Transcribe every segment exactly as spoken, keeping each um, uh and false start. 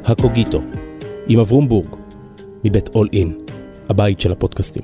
הקוגיטו, עם אברום בורג, מבית אול אין, הבית של הפודקאסטים.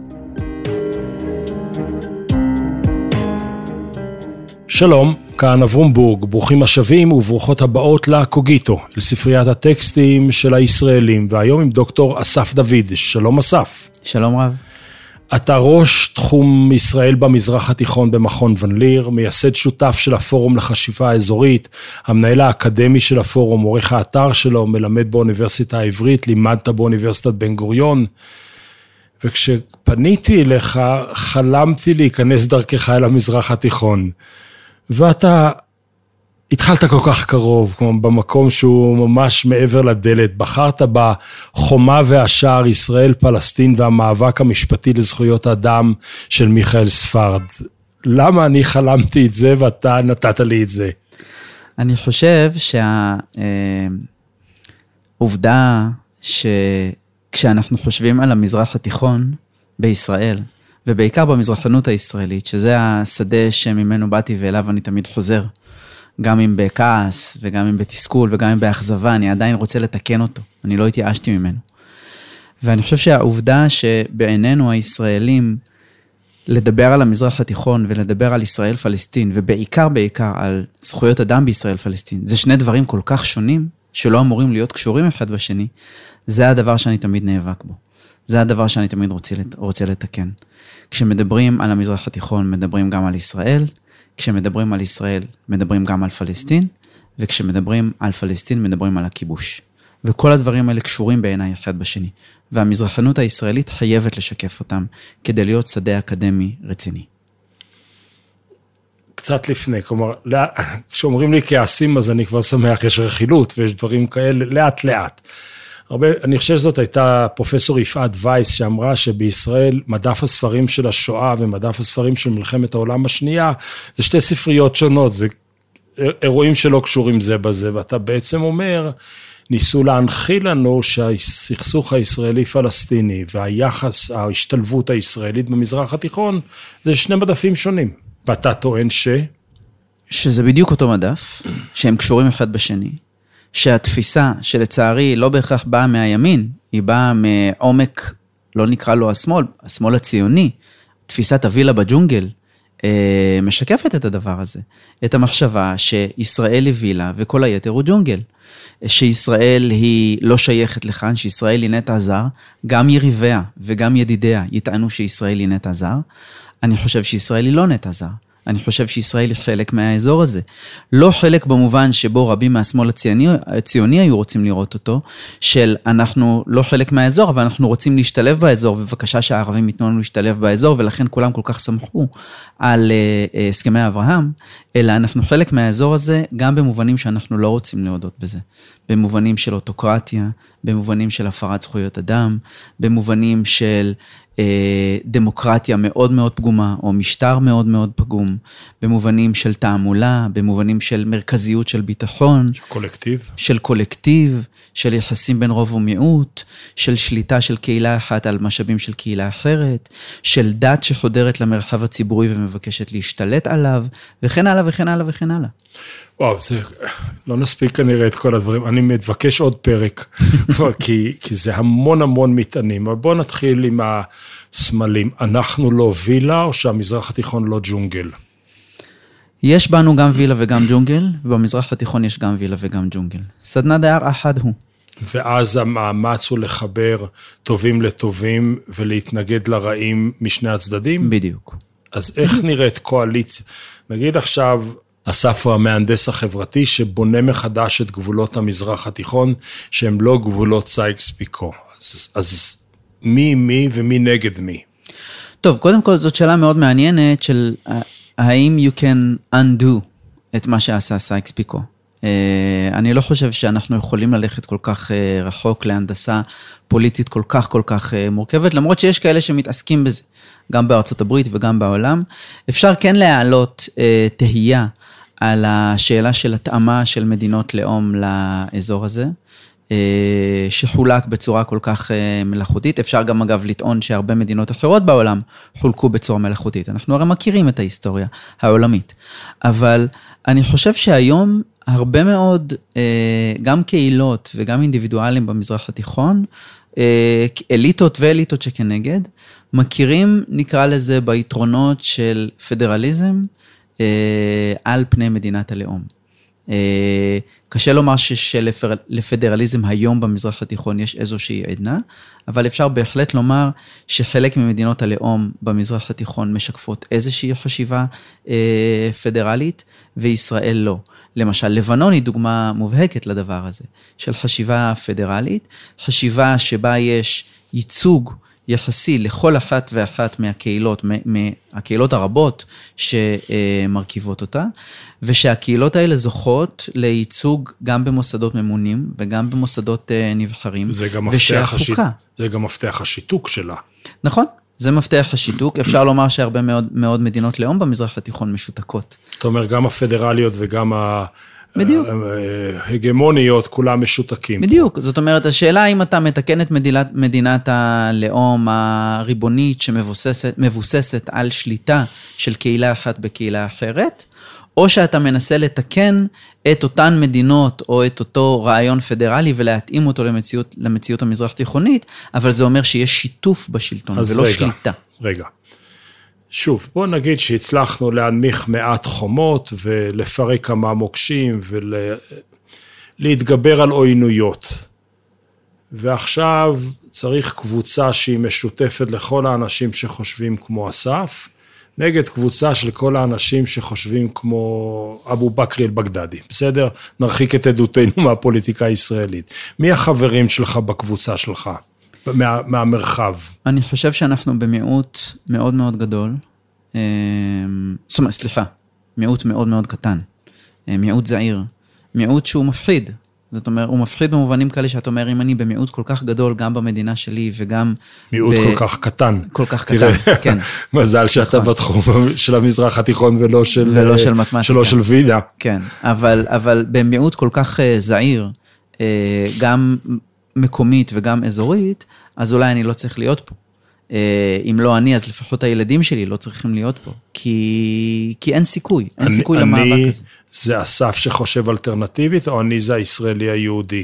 שלום, כאן אברום בורג, ברוכים השבים וברוכות הבאות לקוגיטו, אל ספריית הטקסטים של הישראלים, והיום עם דוקטור אסף דוד. שלום אסף. שלום רב. אתה ראש תחום ישראל במזרח התיכון במכון ון ליר, מייסד שותף של הפורום לחשיבה האזורית, המנהל האקדמי של הפורום, עורך האתר שלו, מלמד באוניברסיטה העברית, לימדת באוניברסיטת בן גוריון, וכשפניתי אליך, חלמתי להיכנס דרכך אל המזרח התיכון, ואתה התחלת כל כך קרוב, כמו במקום שהוא ממש מעבר לדלת, בחרת בחומה והשער ישראל, פלסטין והמאבק המשפטי לזכויות אדם של מיכאל ספרד. למה אני חלמתי את זה ואתה נתת לי את זה? אני חושב שהעובדה שכשאנחנו חושבים על המזרח התיכון בישראל, ובעיקר במזרחנות הישראלית, שזה השדה שממנו באתי ואליו אני תמיד חוזר, גם אם בכעס, וגם אם בתסכול, וגם אם באכזבה, אני עדיין רוצה לתקן אותו. אני לא התייאשתי ממנו. ואני חושב שהעובדה שבעינינו הישראלים, לדבר על המזרח התיכון, ולדבר על ישראל פלסטין, ובעיקר בעיקר על זכויות אדם בישראל פלסטין, זה שני דברים כל כך שונים, שלא אמורים להיות קשורים אחד בשני, זה הדבר שאני תמיד נאבק בו. זה הדבר שאני תמיד רוצה, רוצה לתקן. כשמדברים על המזרח התיכון, מדברים גם על ישראל, כשמדברים על ישראל, מדברים גם על פלסטין, וכשמדברים על פלסטין, מדברים על הכיבוש. וכל הדברים האלה קשורים בעיניי אחד בשני. והמזרחנות הישראלית חייבת לשקף אותם, כדי להיות שדה אקדמי רציני. קצת לפני, כלומר, כשאומרים לי כעסים, אז אני כבר שמח, יש רכילות, ויש דברים כאלה, לאט לאט. הרבה, אני חושב שזאת הייתה פרופסור יפעת וייס, שאמרה שבישראל מדף הספרים של השואה ומדף הספרים של מלחמת העולם השנייה, זה שתי ספריות שונות, זה אירועים שלא קשורים זה בזה, ואתה בעצם אומר, ניסו להנחיל לנו שהסכסוך הישראלי-פלסטיני, והיחס, ההשתלבות הישראלית במזרח התיכון, זה שני מדפים שונים. ואתה טוען ש... שזה בדיוק אותו מדף, שהם קשורים אחד בשני. שהתפיסה שלצערי לא בהכרח באה מהימין, היא באה מעומק, לא נקרא לו השמאל, השמאל הציוני, תפיסת הווילה בג'ונגל, משקפת את הדבר הזה, את המחשבה שישראל היא וילה וכל היתר הוא ג'ונגל, שישראל היא לא שייכת לכאן, שישראל היא נטע זר, גם יריביה וגם ידידיה יטענו שישראל היא נטע זר, אני חושב שישראל היא לא נטע זר, אני חושב שישראל היא חלק מהאזור הזה. לא חלק במובן שבו רבים מהשמאל הציוני, הציוני היו רוצים לראות אותו, של אנחנו לא חלק מהאזור, אבל אנחנו רוצים להשתלב באזור, ובבקשה שהערבים ייתנו לנו להשתלב באזור, ולכן כולם כל כך שמחו על uh, הסכמי אברהם, אלא אנחנו חלק מהאזור הזה, גם במובנים שאנחנו לא רוצים להודות בזה. במובנים של אוטוקרטיה, במובנים של הפרת זכויות אדם, במובנים של דמוקרטיה מאוד מאוד פגומה, או משטר מאוד מאוד פגום, במובנים של תעמולה, במובנים של מרכזיות של ביטחון, של קולקטיב, של קולקטיב, של יחסים בין רוב ומיעוט, של שליטה של קהילה אחת על משאבים של קהילה אחרת, של דת שחודרת למרחב הציבורי ומבקשת להשתלט עליו, וכן הלאה וכן הלאה וכן הלאה. וואו, זה לא נספיק כנראה את כל הדברים, אני מבקש עוד פרק, כי, כי זה המון המון מטענים, אבל בואו נתחיל עם הסמלים, אנחנו לא וילה או שהמזרח התיכון לא ג'ונגל? יש בנו גם וילה וגם ג'ונגל, ובמזרח התיכון יש גם וילה וגם ג'ונגל. סדנה דייר אחד הוא. ואז המאמץ הוא לחבר טובים לטובים ולהתנגד לרעים משני הצדדים? בדיוק. אז איך נראית קואליציה? נגיד עכשיו, אסף הוא המהנדס החברתי שבונה מחדש את גבולות המזרח התיכון, שהם לא גבולות סייקס-פיקו. אז, אז מי מי ומי נגד מי? טוב, קודם כל זאת שאלה מאוד מעניינת של האם you can undo את מה שעשה סייקס-פיקו. אני לא חושב שאנחנו יכולים ללכת כל כך רחוק להנדסה פוליטית כל כך כל כך מורכבת, למרות שיש כאלה שמתעסקים בזה, גם בארצות הברית וגם בעולם. אפשר כן להעלות תהייה על השאלה של התאמה של מדינות לאום לאזור הזה, שחולק בצורה כל כך מלאכותית. אפשר גם אגב לטעון שהרבה מדינות אחרות בעולם חולקו בצורה מלאכותית. אנחנו הרי מכירים את ההיסטוריה העולמית. אבל אני חושב שהיום הרבה מאוד, גם קהילות וגם אינדיבידואלים במזרח התיכון, אליטות ואליטות שכנגד, מכירים, נקרא לזה, ביתרונות של פדרליזם על פני מדינת הלאום. קשה לומר שלפדרליזם היום במזרח התיכון יש איזושהי עדנה, אבל אפשר בהחלט לומר שחלק ממדינות הלאום במזרח התיכון משקפות איזושהי חשיבה פדרלית, וישראל לא. למשל, לבנון היא דוגמה מובהקת לדבר הזה, של חשיבה פדרלית, חשיבה שבה יש ייצוג יחסי לכל אחת ואחת מהקהילות, מהקהילות הרבות שמרכיבות אותה, ושהקהילות האלה זוכות לייצוג גם במוסדות ממונים, וגם במוסדות נבחרים, זה גם מפתח, השיט... זה גם מפתח השיתוק שלה. נכון. זה מפתח השיתוק, אפשר לומר שהרבה מאוד, מאוד מדינות לאום במזרח התיכון משותקות. זאת אומרת, גם הפדרליות וגם ההגמוניות, כולם משותקים. בדיוק, זאת אומרת, השאלה אם אתה מתקן את מדינת, מדינת הלאום הריבונית שמבוססת מבוססת על שליטה של קהילה אחת בקהילה אחרת, או שאתה מנסה לתקן את אותן מדינות או את אותו רעיון פדרלי ולהתאים אותו למציאות, למציאות המזרח תיכונית, אבל זה אומר שיש שיתוף בשלטון ולא רגע, שליטה. רגע, שוב, בוא נגיד שהצלחנו להנמיך מעט חומות ולפרק כמה מוקשים ולהתגבר על עוינויות. ועכשיו צריך קבוצה שהיא משותפת לכל האנשים שחושבים כמו אסף, נגד קבוצה של כל האנשים שחושבים כמו אבו בכרי אל-בגדדי, בסדר? נרחיק את עדותנו מהפוליטיקה הישראלית. מי החברים שלך בקבוצה שלך, מה, מהמרחב? אני חושב שאנחנו במיעוט מאוד מאוד גדול, זאת אומרת, סליחה, מיעוט מאוד מאוד קטן, מיעוט זעיר, מיעוט שהוא מפחיד, זאת אומרת, הוא מפחיד במובנים כאלה שאת אומר, אם אני במיעוט כל כך גדול, גם במדינה שלי וגם... מיעוט ב... כל כך קטן. כל כך קטן, כן. מזל שאתה בתחום של המזרח התיכון ולא של... ולא של מתמטיקה. שלא של וידה. כן, אבל, אבל במיעוט כל כך זעיר, גם מקומית וגם אזורית, אז אולי אני לא צריך להיות פה. אם לא אני, אז לפחות הילדים שלי לא צריכים להיות פה, כי, כי אין סיכוי, אין אני, סיכוי למאבק אני, הזה. זה אסף שחושב אלטרנטיבית, או אני זה הישראלי היהודי?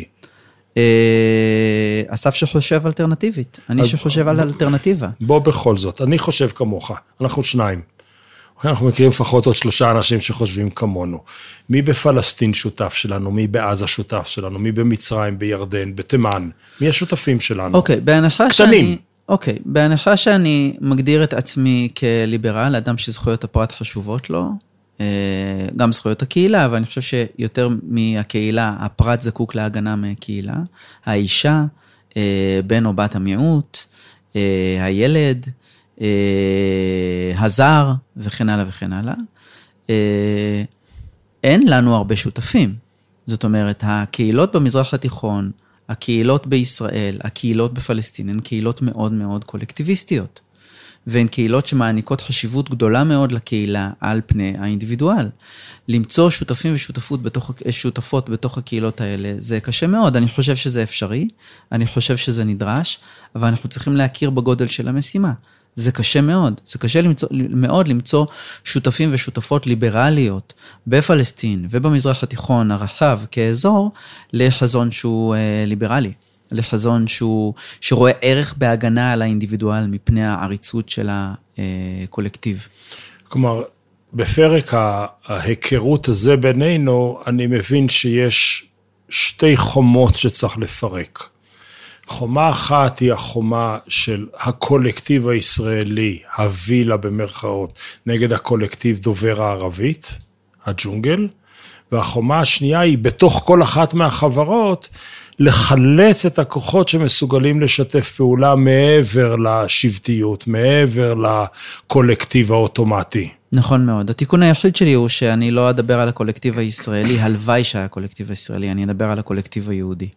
אסף שחושב אלטרנטיבית, אני אז, שחושב על אלטרנטיבה. בוא בכל זאת, אני חושב כמוך, אנחנו שניים. אנחנו מכירים לפחות עוד שלושה אנשים שחושבים כמונו. מי בפלסטין שותף שלנו, מי בעזה שותף שלנו, מי במצרים, בירדן, בתימן, מי השותפים שלנו? אוקיי, בהנחה קטנים. שאני... אוקיי, בהנחה שאני מגדיר את עצמי כליברל, אדם שזכויות הפרט חשובות לו, גם זכויות הקהילה, אבל אני חושב שיותר מהקהילה, הפרט זקוק להגנה מהקהילה, האישה, בן או בת המיעוט, הילד, הזר, וכן הלאה וכן הלאה. אין לנו הרבה שותפים. זאת אומרת, הקהילות במזרח התיכון, הקהילות בישראל, הקהילות בפלסטין, הן קהילות מאוד מאוד קולקטיביסטיות. והן קהילות שמעניקות חשיבות גדולה מאוד לקהילה על פני האינדיבידואל. למצוא שותפים ושותפות בתוך, שותפות בתוך הקהילות האלה, זה קשה מאוד. אני חושב שזה אפשרי, אני חושב שזה נדרש, אבל אנחנו צריכים להכיר בגודל של המשימה. זה קשה מאוד, זה קשה למצוא, מאוד למצוא שותפים ושותפות ליברליות בפלסטין ובמזרח התיכון הרחב כאזור, לחזון שהוא אה, ליברלי. לחזון שהוא, שרואה ערך בהגנה על האינדיבידואל מפני העריצות של הקולקטיב. כלומר, בפרק ההיכרות הזה בינינו, אני מבין שיש שתי חומות שצריך לפרק. חומה אחת היא החומה של הקולקטיב הישראלי, הווילה במרכאות, נגד הקולקטיב דובר הערבית, הג'ונגל, והחומה השנייה היא בתוך כל אחת מהחברות, לחלץ את הכוחות שמסוגלים לשתף פעולה מעבר לשבטיות, מעבר לקולקטיב האוטומטי. נכון מאוד. התיקון היחיד שלי הוא שאני לא אדבר על הקולקטיב הישראלי, הלוואי שהיה הקולקטיב הישראלי, אני אדבר על הקולקטיב היהודי.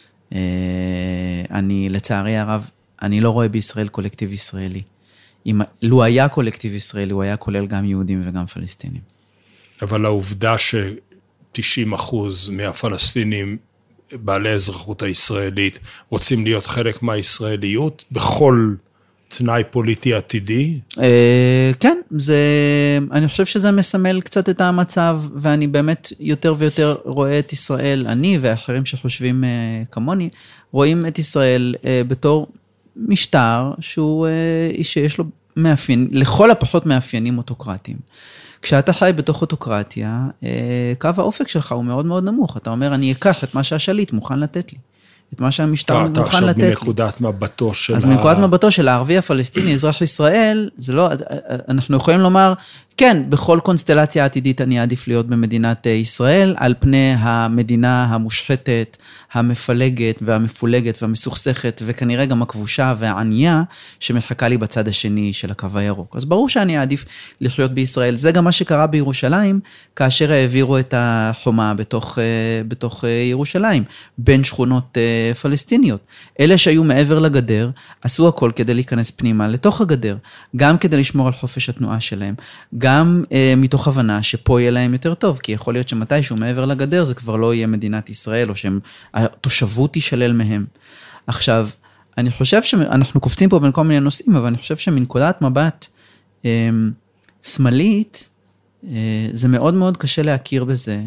אני, לצערי הרב, אני לא רואה בישראל קולקטיב ישראלי. אם, לו היה קולקטיב ישראלי, הוא היה כולל גם יהודים וגם פלסטינים. אבל העובדה ש-תשעים אחוז מהפלסטינים בעלי האזרחות הישראלית רוצים להיות חלק מהישראליות, בכל תנאי פוליטי עתידי? כן, זה, אני חושב שזה מסמל קצת את המצב, ואני באמת יותר ויותר רואה את ישראל, אני ואחרים שחושבים כמוני, רואים את ישראל בתור משטר שהוא, שיש לו מאפיין, לכל הפחות מאפיינים אוטוקרטיים. כשאתה חי בתוך אוטוקרטיה, קו האופק שלך הוא מאוד מאוד נמוך. אתה אומר, אני אקח את מה שהשליט מוכן לתת לי. את מה שהמשטר מוכן לתת לי. אתה עכשיו מנקודת מבטו של... אז מנקודת מבטו של הערבי הפלסטיני, אזרח ישראל, זה לא, אנחנו יכולים לומר, כן, בכל קונסטלציה עתידית אני אעדיף להיות במדינת ישראל, על פני המדינה המושחתת, המפלגת והמפולגת והמסוכסכת, וכנראה גם הכבושה והענייה, שמחכה לי בצד השני של הקו הירוק. אז ברור שאני אעדיף לחיות בישראל. זה גם מה שקרה בירושלים, כאשר העבירו את החומה בתוך, בתוך ירושלים, בין שכונות פלסטיניות. אלה שהיו מעבר לגדר, עשו הכל כדי להיכנס פנימה לתוך הגדר, גם כדי לשמור על חופש התנועה שלהם, גם אה, מתוך הבנה שפה יהיה להם יותר טוב, כי יכול להיות שמתישהו מעבר לגדר זה כבר לא יהיה מדינת ישראל, או שהתושבות תישלל מהם. עכשיו, אני חושב שאנחנו קופצים פה בין כל מיני נושאים, אבל אני חושב שמנקודת מבט אה, שמאלית, אה, זה מאוד מאוד קשה להכיר בזה,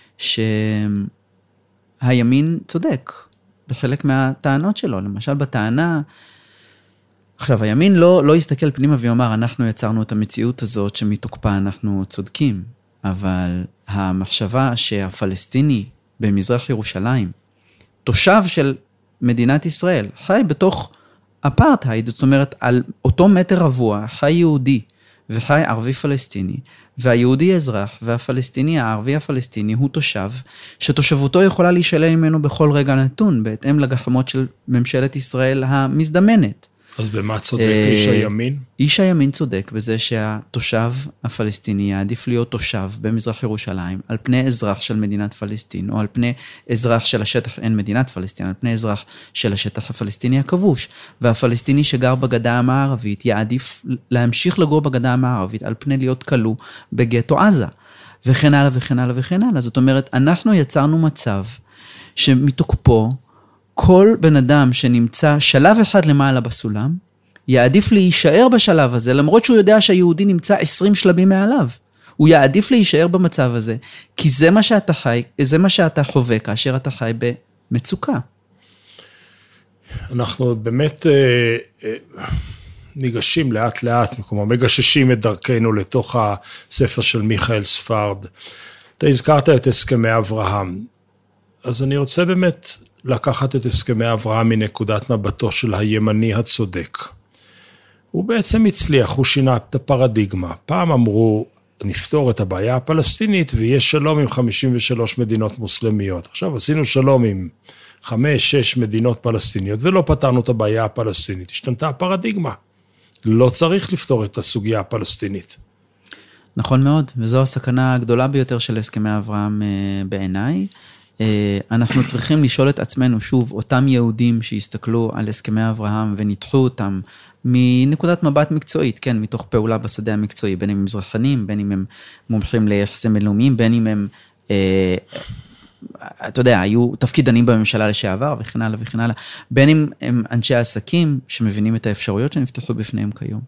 שהימין צודק בחלק מהטענות שלו. למשל בטענה, עכשיו, הימין לא, לא יסתכל פנימה ויאמר, אנחנו יצרנו את המציאות הזאת שמתוקפה אנחנו צודקים, אבל המחשבה שהפלסטיני במזרח ירושלים, תושב של מדינת ישראל, חי בתוך אפרטהייד, זאת אומרת, על אותו מטר רבוע, חי יהודי וחי ערבי פלסטיני, והיהודי אזרח והפלסטיני, הערבי הפלסטיני, הוא תושב, שתושבותו יכולה להישלל ממנו בכל רגע נתון, בהתאם לגחמות של ממשלת ישראל המזדמנת. אז במה צודק איש הימין? איש הימין צודק בזה שהתושב הפלסטיני יעדיף להיות תושב במזרח ירושלים, על פני אזרח של מדינת פלסטין, או על פני אזרח של השטח, אין מדינת פלסטין, על פני אזרח של השטח הפלסטיני הכבוש. והפלסטיני שגר בגדה המערבית יעדיף להמשיך לגור בגדה המערבית, על פני להיות כלוא בגטו עזה, וכן הלאה וכן הלאה וכן הלאה. זאת אומרת, אנחנו יצרנו מצב שמתוקפו, כל בן אדם שנמצא שלב אחד למעלה בסולם, יעדיף להישאר בשלב הזה, למרות שהוא יודע שהיהודי נמצא עשרים שלבים מעליו. הוא יעדיף להישאר במצב הזה, כי זה מה שאתה חי, זה מה שאתה חווה, כאשר אתה חי במצוקה. אנחנו באמת ניגשים לאט לאט, כלומר מגששים את דרכנו לתוך הספר של מיכאל ספרד. אתה הזכרת את הסכמי אברהם, אז אני רוצה באמת לקחת את הסכמי אברהם מנקודת מבטו של הימני הצודק. הוא בעצם הצליח, הוא שינה את הפרדיגמה. פעם אמרו, נפתור את הבעיה הפלסטינית, ויש שלום עם חמישים ושלוש מדינות מוסלמיות. עכשיו עשינו שלום עם חמש, שש מדינות פלסטיניות, ולא פתרנו את הבעיה הפלסטינית. השתנתה הפרדיגמה. לא צריך לפתור את הסוגיה הפלסטינית. נכון מאוד, וזו הסכנה הגדולה ביותר של הסכמי אברהם בעיניי. אנחנו צריכים לשאול את עצמנו שוב, אותם יהודים שהסתכלו על הסכמי אברהם וניתחו אותם מנקודת מבט מקצועית, כן, מתוך פעולה בשדה המקצועי, בין אם הם מזרחנים, בין אם הם מומחים ליחסים בינלאומיים, בין אם הם, אה, אתה יודע, היו תפקידנים בממשלה לשעבר וכן הלאה וכן הלאה, בין אם הם אנשי העסקים שמבינים את האפשרויות שנפתחו בפניהם כיום.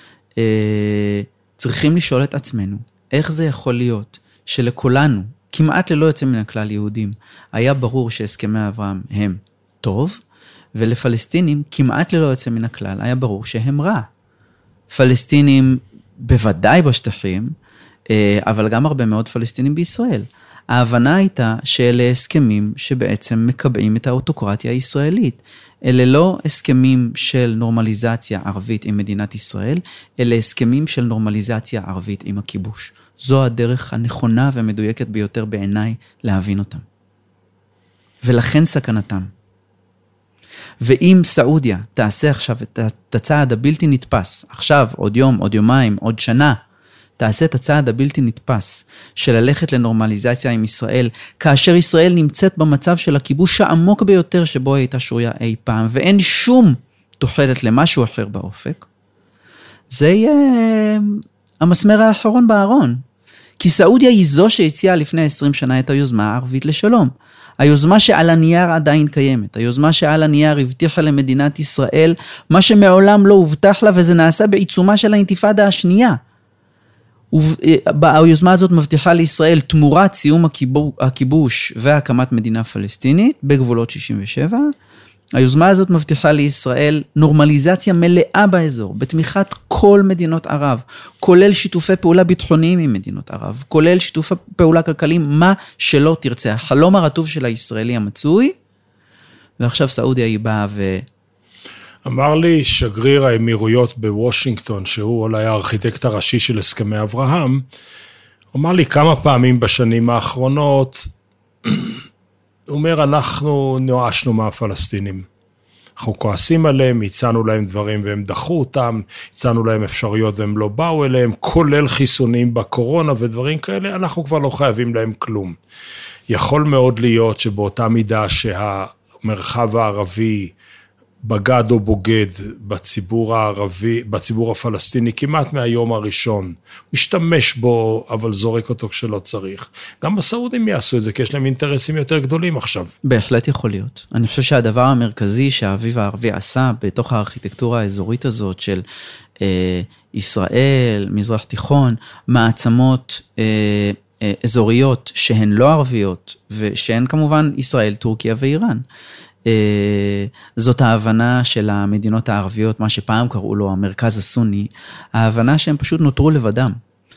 אה, צריכים לשאול את עצמנו, איך זה יכול להיות שלכולנו, כמעט ללא יוצא מן הכלל יהודים, היה ברור שהסכמי אברהם הם טוב, ולפלסטינים כמעט ללא יוצא מן הכלל, היה ברור שהם רע. פלסטינים בוודאי בשטחים, אבל גם הרבה מאוד פלסטינים בישראל. ההבנה הייתה שאלה הסכמים שבעצם מקבעים את האוטוקרטיה הישראלית. אלה לא הסכמים של נורמליזציה ערבית עם מדינת ישראל, אלה הסכמים של נורמליזציה ערבית עם הכיבוש. זו הדרך הנכונה והמדויקת ביותר בעיניי להבין אותם. ולכן סכנתם. ואם סעודיה תעשה עכשיו את הצעד הבלתי נתפס, עכשיו, עוד יום, עוד יומיים, עוד שנה, תעשה את הצעד הבלתי נתפס של ללכת לנורמליזציה עם ישראל, כאשר ישראל נמצאת במצב של הכיבוש העמוק ביותר שבו הייתה שרויה אי פעם, ואין שום תוחלת למשהו אחר באופק, זה יהיה המסמר האחרון בארון. כי סעודיה היא זו שהציעה לפני עשרים שנה את היוזמה הערבית לשלום. היוזמה שעל הנייר עדיין קיימת, היוזמה שעל הנייר הבטיחה למדינת ישראל, מה שמעולם לא הובטח לה, וזה נעשה בעיצומה של האינתיפאדה השנייה. היוזמה הזאת מבטיחה לישראל תמורת סיום הכיבוש והקמת מדינה פלסטינית בגבולות שישים ושבע. היוזמה הזאת מבטיחה לישראל נורמליזציה מלאה באזור, בתמיכת כל מדינות ערב, כולל שיתופי פעולה ביטחוניים עם מדינות ערב, כולל שיתופי פעולה כלכליים, מה שלא תרצה. החלום הרטוב של הישראלי המצוי, ועכשיו סעודיה היא באה ו... אמר לי שגריר האמירויות בוושינגטון, שהוא אולי הארכיטקט הראשי של הסכמי אברהם, אמר לי כמה פעמים בשנים האחרונות, הוא אומר, אנחנו נואשנו מהפלסטינים. אנחנו כועסים עליהם, הצענו להם דברים והם דחו אותם, הצענו להם אפשרויות והם לא באו אליהם, כולל חיסונים בקורונה ודברים כאלה, אנחנו כבר לא חייבים להם כלום. יכול מאוד להיות שבאותה מידה שהמרחב הערבי בגד או בוגד בציבור הערבי, בציבור הפלסטיני, כמעט מהיום הראשון, משתמש בו, אבל זורק אותו כשלא צריך. גם הסעודים יעשו את זה, כי יש להם אינטרסים יותר גדולים עכשיו. בהחלט יכול להיות. אני חושב שהדבר המרכזי שהאביב הערבי עשה, בתוך הארכיטקטורה האזורית הזאת של אה, ישראל, מזרח תיכון, מעצמות אה, אה, אזוריות שהן לא ערביות, ושהן כמובן ישראל, טורקיה ואיראן. זאת ההבנה של המדינות הערביות, מה שפעם קראו לו המרכז הסוני, ההבנה שהם פשוט נותרו לבדם.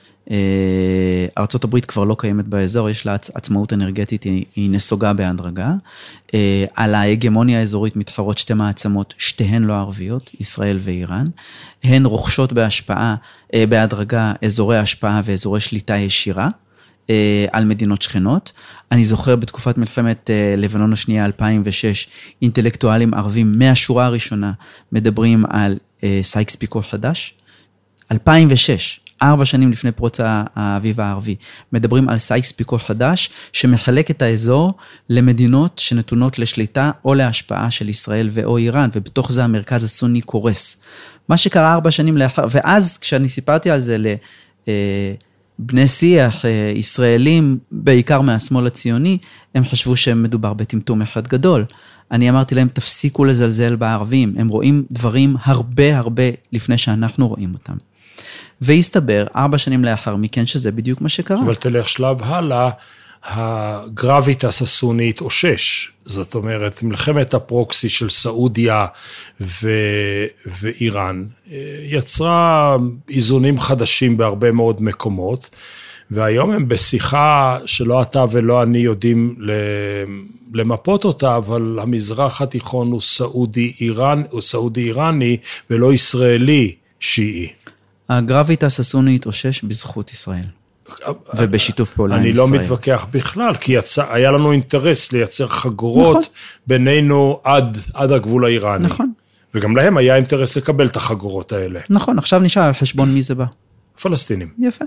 ארצות הברית כבר לא קיימת באזור, יש לה עצמאות אנרגטית, היא נסוגה בהדרגה. על ההגמוניה האזורית מתחרות שתי מעצמות, שתיהן לא ערביות, ישראל ואיראן. הן רוכשות בהשפעה, בהדרגה, אזורי השפעה ואזורי שליטה ישירה. על מדינות שכנות. אני זוכר בתקופת מלחמת לבנון השנייה אלפיים ושש, אינטלקטואלים ערבים מהשורה הראשונה מדברים על סייקס פיקו חדש. אלפיים ושש, ארבע שנים לפני פרוץ האביב הערבי, מדברים על סייקס פיקו חדש, שמחלק את האזור למדינות שנתונות לשליטה או להשפעה של ישראל ואו איראן, ובתוך זה המרכז הסוני קורס. מה שקרה ארבע שנים לאחר, ואז כשאני סיפרתי על זה ל... בני שיח, ישראלים, בעיקר מהשמאל הציוני, הם חשבו שהם מדובר בטמטום אחד גדול. אני אמרתי להם, תפסיקו לזלזל בערבים, הם רואים דברים הרבה הרבה לפני שאנחנו רואים אותם. והסתבר, ארבע שנים לאחר מכן, שזה בדיוק מה שקרה. אבל תלך שלב הלאה, הגרביטס הסוני התאושש, זאת אומרת, מלחמת הפרוקסי של סעודיה ו... ואיראן, יצרה איזונים חדשים בהרבה מאוד מקומות, והיום הם בשיחה שלא אתה ולא אני יודעים למפות אותה, אבל המזרח התיכון הוא סעודי איראן, הוא סעודי איראני, ולא ישראלי שיעי. הגרביטס הסוני התאושש בזכות ישראל. ובשיתוף פעולה עם ישראל. אני לא מתווכח בכלל, כי יצא, היה לנו אינטרס לייצר חגורות נכון. בינינו עד, עד הגבול האיראני. נכון. וגם להם היה אינטרס לקבל את החגורות האלה. נכון, עכשיו נשאל על חשבון מי זה בא. פלסטינים. יפה.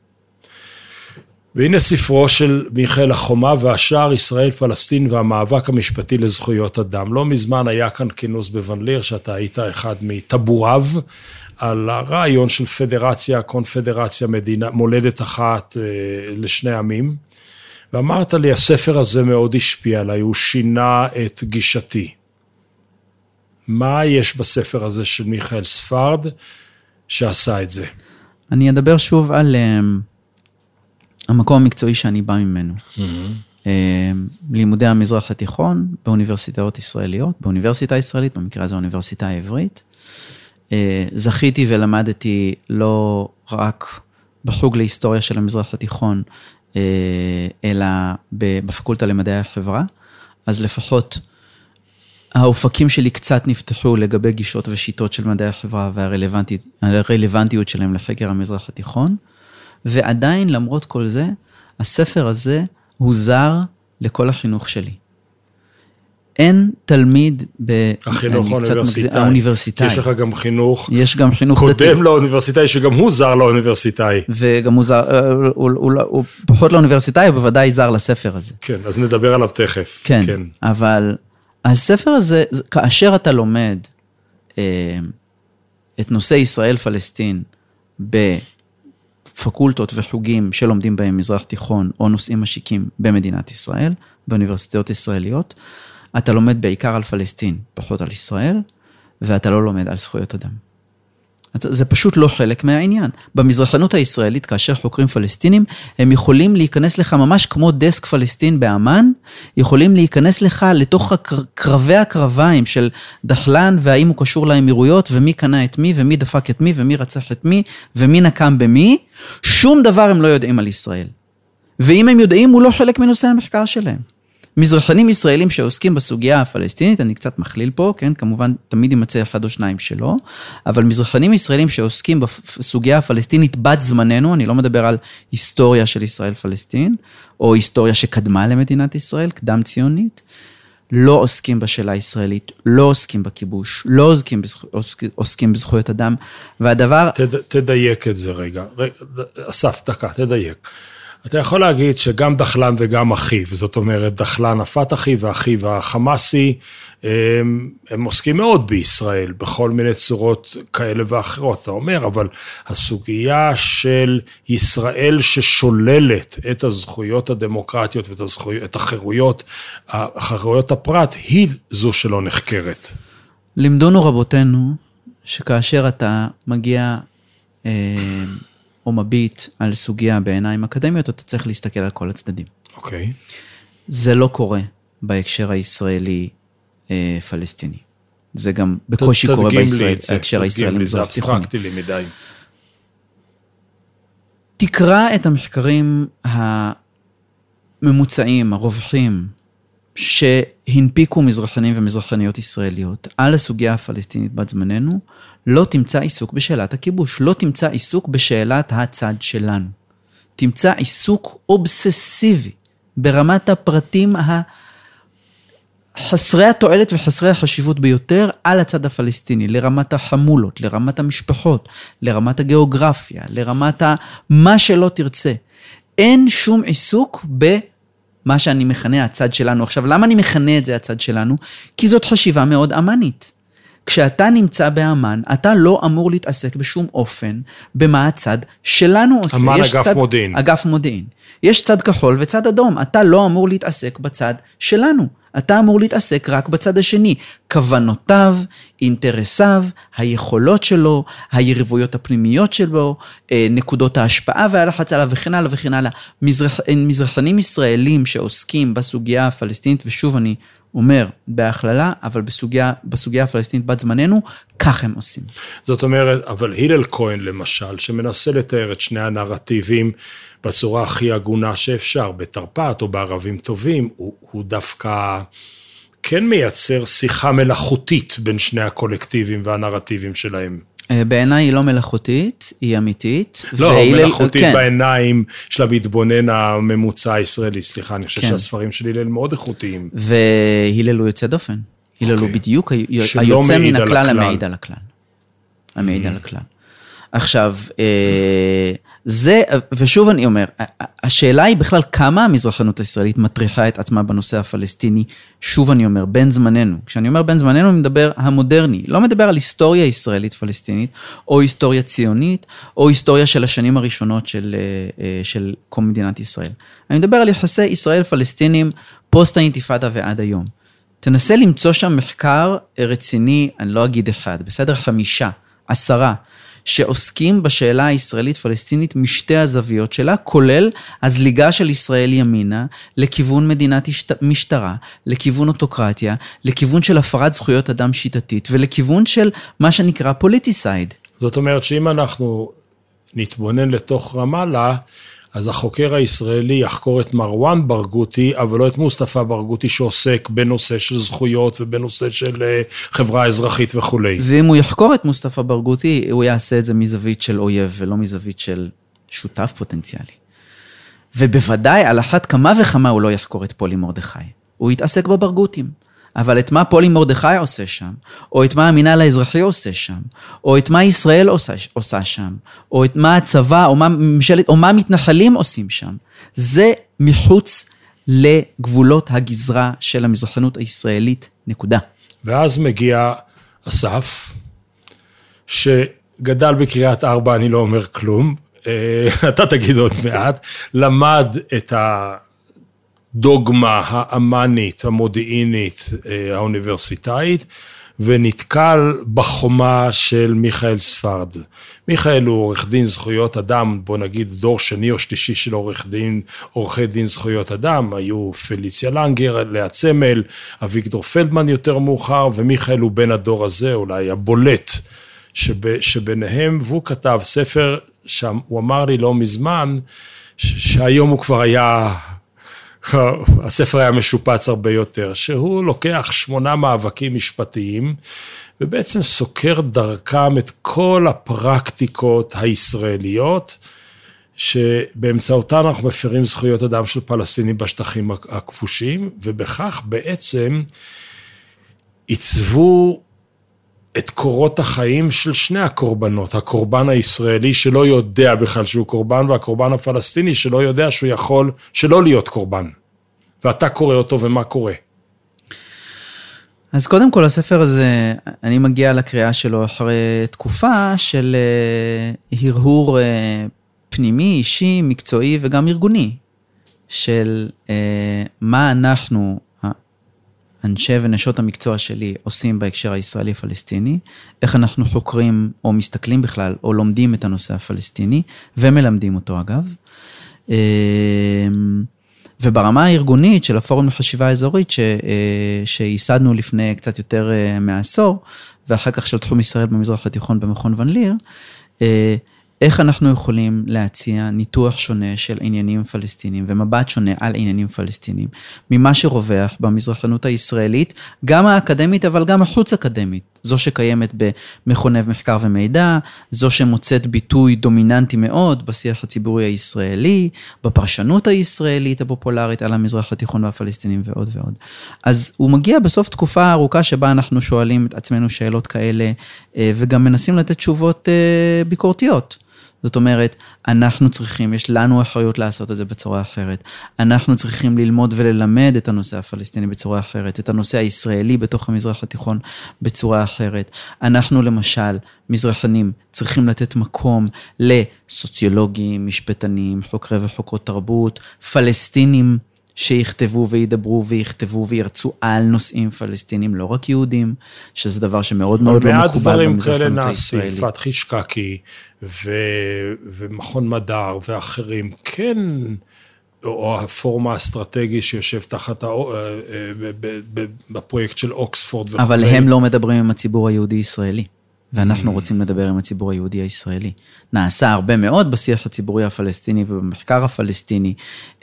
והנה ספרו של מיכאל החומה והשער, ישראל, פלסטין והמאבק המשפטי לזכויות אדם. לא מזמן היה כאן כינוס בוון ליר, שאתה היית אחד מטבוריו, על הרעיון של פדרציה, קונפדרציה, מדינה, מולדת אחת אה, לשני עמים, ואמרת לי, הספר הזה מאוד השפיע עליי, הוא שינה את גישתי. מה יש בספר הזה של מיכאל ספרד שעשה את זה? אני אדבר שוב על uh, המקום המקצועי שאני בא ממנו. Mm-hmm. Uh, לימודי המזרח התיכון באוניברסיטאות ישראליות, באוניברסיטה הישראלית, במקרה הזה האוניברסיטה העברית, זכיתי ולמדתי לא רק בחוג להיסטוריה של המזרח התיכון, אלא בפקולטה למדעי החברה, אז לפחות האופקים שלי קצת נפתחו לגבי גישות ושיטות של מדעי החברה והרלוונטיות שלהם לחקר המזרח התיכון, ועדיין למרות כל זה, הספר הזה הוא זר לכל החינוך שלי. אין תלמיד החינוך האוניברסיטאי, האוניברסיטאי. יש לך גם חינוך, יש גם חינוך קודם דתי. לאוניברסיטאי, שגם הוא זר לאוניברסיטאי. וגם הוא זר, הוא, הוא, הוא, הוא פחות לאוניברסיטאי, הוא בוודאי זר לספר הזה. כן, אז נדבר עליו תכף. כן, כן. אבל הספר הזה, כאשר אתה לומד אה, את נושא ישראל-פלסטין פקולטות וחוגים שלומדים בהם מזרח תיכון, או נושאים משיקים במדינת ישראל, באוניברסיטאות ישראליות, אתה לומד בעיקר על פלסטין, פחות על ישראל, ואתה לא לומד על זכויות אדם. זה פשוט לא חלק מהעניין. במזרחנות הישראלית, כאשר חוקרים פלסטינים, הם יכולים להיכנס לך ממש כמו דסק פלסטין באמן, יכולים להיכנס לך לתוך הקרבי הקרביים של דחלן, והאם הוא קשור לאמירויות, ומי קנה את מי, ומי דפק את מי, ומי רצח את מי, ומי נקם במי. שום דבר הם לא יודעים על ישראל. ואם הם יודעים, הוא לא חלק מנושא המחקר שלהם. מזרחנים ישראלים שעוסקים בסוגיה הפלסטינית, אני קצת מכליל פה, כן, כמובן תמיד יימצא אחד או שניים שלו, אבל מזרחנים ישראלים שעוסקים בסוגיה הפלסטינית בת זמננו, אני לא מדבר על היסטוריה של ישראל-פלסטין, או היסטוריה שקדמה למדינת ישראל, קדם ציונית, לא עוסקים בשאלה הישראלית, לא עוסקים בכיבוש, לא עוסקים, בזכו, עוסקים, עוסקים בזכויות אדם, והדבר... תד, תדייק את זה רגע, רגע אסף, דקה, תדייק. אתה יכול להגיד שגם דחלן וגם אחיו, זאת אומרת, דחלן הפתחי ואחיו החמאסי, הם, הם עוסקים מאוד בישראל, בכל מיני צורות כאלה ואחרות, אתה אומר, אבל הסוגיה של ישראל ששוללת את הזכויות הדמוקרטיות ואת הזכויות, את החירויות, החירויות הפרט, היא זו שלא נחקרת. לימדונו רבותינו, שכאשר אתה מגיע... אה... או מביט על סוגיה בעיניים אקדמיות, אתה צריך להסתכל על כל הצדדים. אוקיי. Okay. זה לא קורה בהקשר הישראלי אה, פלסטיני. זה גם בקושי קורה בישראל, בהקשר הישראלי מזרח תיכון. זה אבסטרקטי לי מדי. תקרא את המחקרים הממוצעים, הרווחים, שהנפיקו מזרחנים ומזרחניות ישראליות על הסוגיה הפלסטינית בת זמננו, לא תמצא עיסוק בשאלת הכיבוש, לא תמצא עיסוק בשאלת הצד שלנו. תמצא עיסוק אובססיבי ברמת הפרטים חסרי התועלת וחסרי החשיבות ביותר על הצד הפלסטיני, לרמת החמולות, לרמת המשפחות, לרמת הגיאוגרפיה, לרמת מה שלא תרצה. אין שום עיסוק ב... מה שאני מכנה הצד שלנו. עכשיו, למה אני מכנה את זה הצד שלנו? כי זאת חשיבה מאוד אמנית. כשאתה נמצא באמן, אתה לא אמור להתעסק בשום אופן במה הצד שלנו עושה. אמן אגף צד, מודיעין. אגף מודיעין. יש צד כחול וצד אדום. אתה לא אמור להתעסק בצד שלנו. אתה אמור להתעסק רק בצד השני. כוונותיו, אינטרסיו, היכולות שלו, היריבויות הפנימיות שלו, נקודות ההשפעה והלחץ עליו וכן הלאה וכן הלאה. מזרח, מזרחנים ישראלים שעוסקים בסוגיה הפלסטינית, ושוב אני אומר בהכללה, אבל בסוגיה, בסוגיה הפלסטינית בת זמננו, כך הם עושים. זאת אומרת, אבל הלל כהן למשל, שמנסה לתאר את שני הנרטיבים בצורה הכי הגונה שאפשר, בתרפ"ט או בערבים טובים, הוא, הוא דווקא כן מייצר שיחה מלאכותית בין שני הקולקטיבים והנרטיבים שלהם. בעיניי היא לא מלאכותית, היא אמיתית. לא, והילל, מלאכותית כן. בעיניים של המתבונן הממוצע הישראלי, סליחה, אני חושב כן. שהספרים של הלל מאוד איכותיים. והילל הוא יוצא דופן. הלל הוא בדיוק היוצא מן הכלל המעיד על הכלל. המעיד על הכלל. עכשיו, זה, ושוב אני אומר, השאלה היא בכלל כמה המזרחנות הישראלית מטריחה את עצמה בנושא הפלסטיני, שוב אני אומר, בין זמננו. כשאני אומר בין זמננו, אני מדבר המודרני, לא מדבר על היסטוריה ישראלית פלסטינית, או היסטוריה ציונית, או היסטוריה של השנים הראשונות של, של קום מדינת ישראל. אני מדבר על יחסי ישראל-פלסטינים, פוסט האינתיפאדה ועד היום. תנסה למצוא שם מחקר רציני, אני לא אגיד אחד, בסדר חמישה, עשרה, שעוסקים בשאלה הישראלית-פלסטינית משתי הזוויות שלה, כולל הזליגה של ישראל ימינה, לכיוון מדינת משטרה, לכיוון אוטוקרטיה, לכיוון של הפרת זכויות אדם שיטתית, ולכיוון של מה שנקרא פוליטיסייד. זאת אומרת שאם אנחנו נתבונן לתוך רמאללה, אז החוקר הישראלי יחקור את מרואן ברגותי, אבל לא את מוסטפא ברגותי שעוסק בנושא של זכויות ובנושא של חברה אזרחית וכו'. ואם הוא יחקור את מוסטפא ברגותי, הוא יעשה את זה מזווית של אויב ולא מזווית של שותף פוטנציאלי. ובוודאי על אחת כמה וכמה הוא לא יחקור את פולי מרדכי. הוא יתעסק בברגותים. אבל את מה פולי מרדכי עושה שם, או את מה המינהל האזרחי עושה שם, או את מה ישראל עושה, עושה שם, או את מה הצבא, או מה, ממשלת, או מה מתנחלים עושים שם, זה מחוץ לגבולות הגזרה של המזרחנות הישראלית, נקודה. ואז מגיע אסף, שגדל בקריית ארבע, אני לא אומר כלום, אתה תגיד עוד מעט, למד את הדוגמה האמנית, המודיעינית, האוניברסיטאית, ונתקל בחומה של מיכאל ספרד. מיכאל הוא עורך דין זכויות אדם, בוא נגיד דור שני או שלישי של עורך דין, עורכי דין זכויות אדם, היו פליציה לנגר, לאה צמל, אביגדור פלדמן יותר מאוחר, ומיכאל הוא בן הדור הזה, אולי הבולט שב, שביניהם, והוא כתב ספר, שהוא אמר לי לא מזמן, שהיום הוא כבר היה, הספר היה משופץ הרבה יותר, שהוא לוקח שמונה מאבקים משפטיים, ובעצם סוקר דרכם את כל הפרקטיקות הישראליות, שבאמצעותן אנחנו מפרים זכויות אדם של פלסטינים בשטחים הכבושים, ובכך בעצם עיצבו את קורות החיים של שני הקורבנות, הקורבן הישראלי שלא יודע בכלל שהוא קורבן, והקורבן הפלסטיני שלא יודע שהוא יכול שלא להיות קורבן. ואתה קורא אותו ומה קורה? אז קודם כל הספר הזה, אני מגיע לקריאה שלו אחרי תקופה של הרהור פנימי, אישי, מקצועי וגם ארגוני, של מה אנחנו, אנשי ונשות המקצוע שלי, עושים בהקשר הישראלי-פלסטיני, איך אנחנו חוקרים או מסתכלים בכלל, או לומדים את הנושא הפלסטיני, ומלמדים אותו אגב. וברמה הארגונית של הפורום לחשיבה האזורית, ש, שייסדנו לפני קצת יותר מעשור, ואחר כך של תחום ישראל במזרח התיכון במכון ון ליר, איך אנחנו יכולים להציע ניתוח שונה של עניינים פלסטינים, ומבט שונה על עניינים פלסטינים, ממה שרווח במזרחנות הישראלית, גם האקדמית, אבל גם החוץ אקדמית, זו שקיימת במכוני מחקר ומידע, זו שמוצאת ביטוי דומיננטי מאוד בשיח הציבורי הישראלי, בפרשנות הישראלית הפופולרית על המזרח התיכון והפלסטינים ועוד ועוד. אז הוא מגיע בסוף תקופה ארוכה שבה אנחנו שואלים את עצמנו שאלות כאלה, וגם מנסים לתת תשובות ביקורתיות. זאת אומרת, אנחנו צריכים, יש לנו אחריות לעשות את זה בצורה אחרת. אנחנו צריכים ללמוד וללמד את הנושא הפלסטיני בצורה אחרת, את הנושא הישראלי בתוך המזרח התיכון בצורה אחרת. אנחנו למשל, מזרחנים, צריכים לתת מקום לסוציולוגים, משפטנים, חוקרי וחוקרות תרבות, פלסטינים, שיכתבו וידברו ויכתבו וירצו על נושאים פלסטינים, לא רק יהודים, שזה דבר שמאוד מאוד לא מקובל במזרחנות הישראלית. פתחי שקקי ומכון מדר ואחרים, כן, או הפורום האסטרטגי שיושב תחת בפרויקט של אוקספורד. אבל הם לא מדברים עם הציבור היהודי-ישראלי. ואנחנו רוצים לדבר עם הציבור היהודי הישראלי. נעשה הרבה מאוד בשיח הציבורי הפלסטיני ובמחקר הפלסטיני,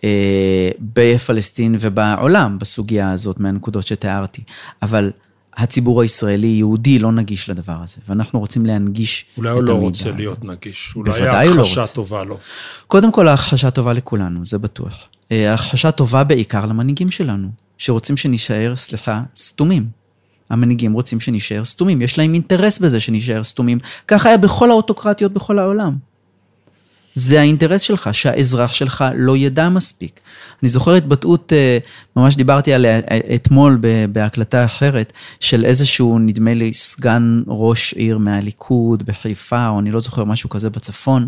בפלסטין ובעולם, בסוגיה הזאת מהנקודות שתיארתי. אבל הציבור הישראלי יהודי לא נגיש לדבר הזה, ואנחנו רוצים להנגיש את המידע הזה. אולי הוא לא רוצה להיות נגיש, אולי ההכחשה טובה לו. קודם כל ההכחשה טובה לכולנו, זה בטוח. ההכחשה טובה בעיקר למנהיגים שלנו, שרוצים שנשאר, סליחה, סתומים. המנהיגים רוצים שנשאר סתומים, יש להם אינטרס בזה שנשאר סתומים, כך היה בכל האוטוקרטיות בכל העולם. זה האינטרס שלך, שהאזרח שלך לא ידע מספיק. אני זוכר התבטאות, ממש דיברתי עליה אתמול בהקלטה אחרת, של איזשהו, נדמה לי, סגן ראש עיר מהליכוד בחיפה, או אני לא זוכר משהו כזה בצפון,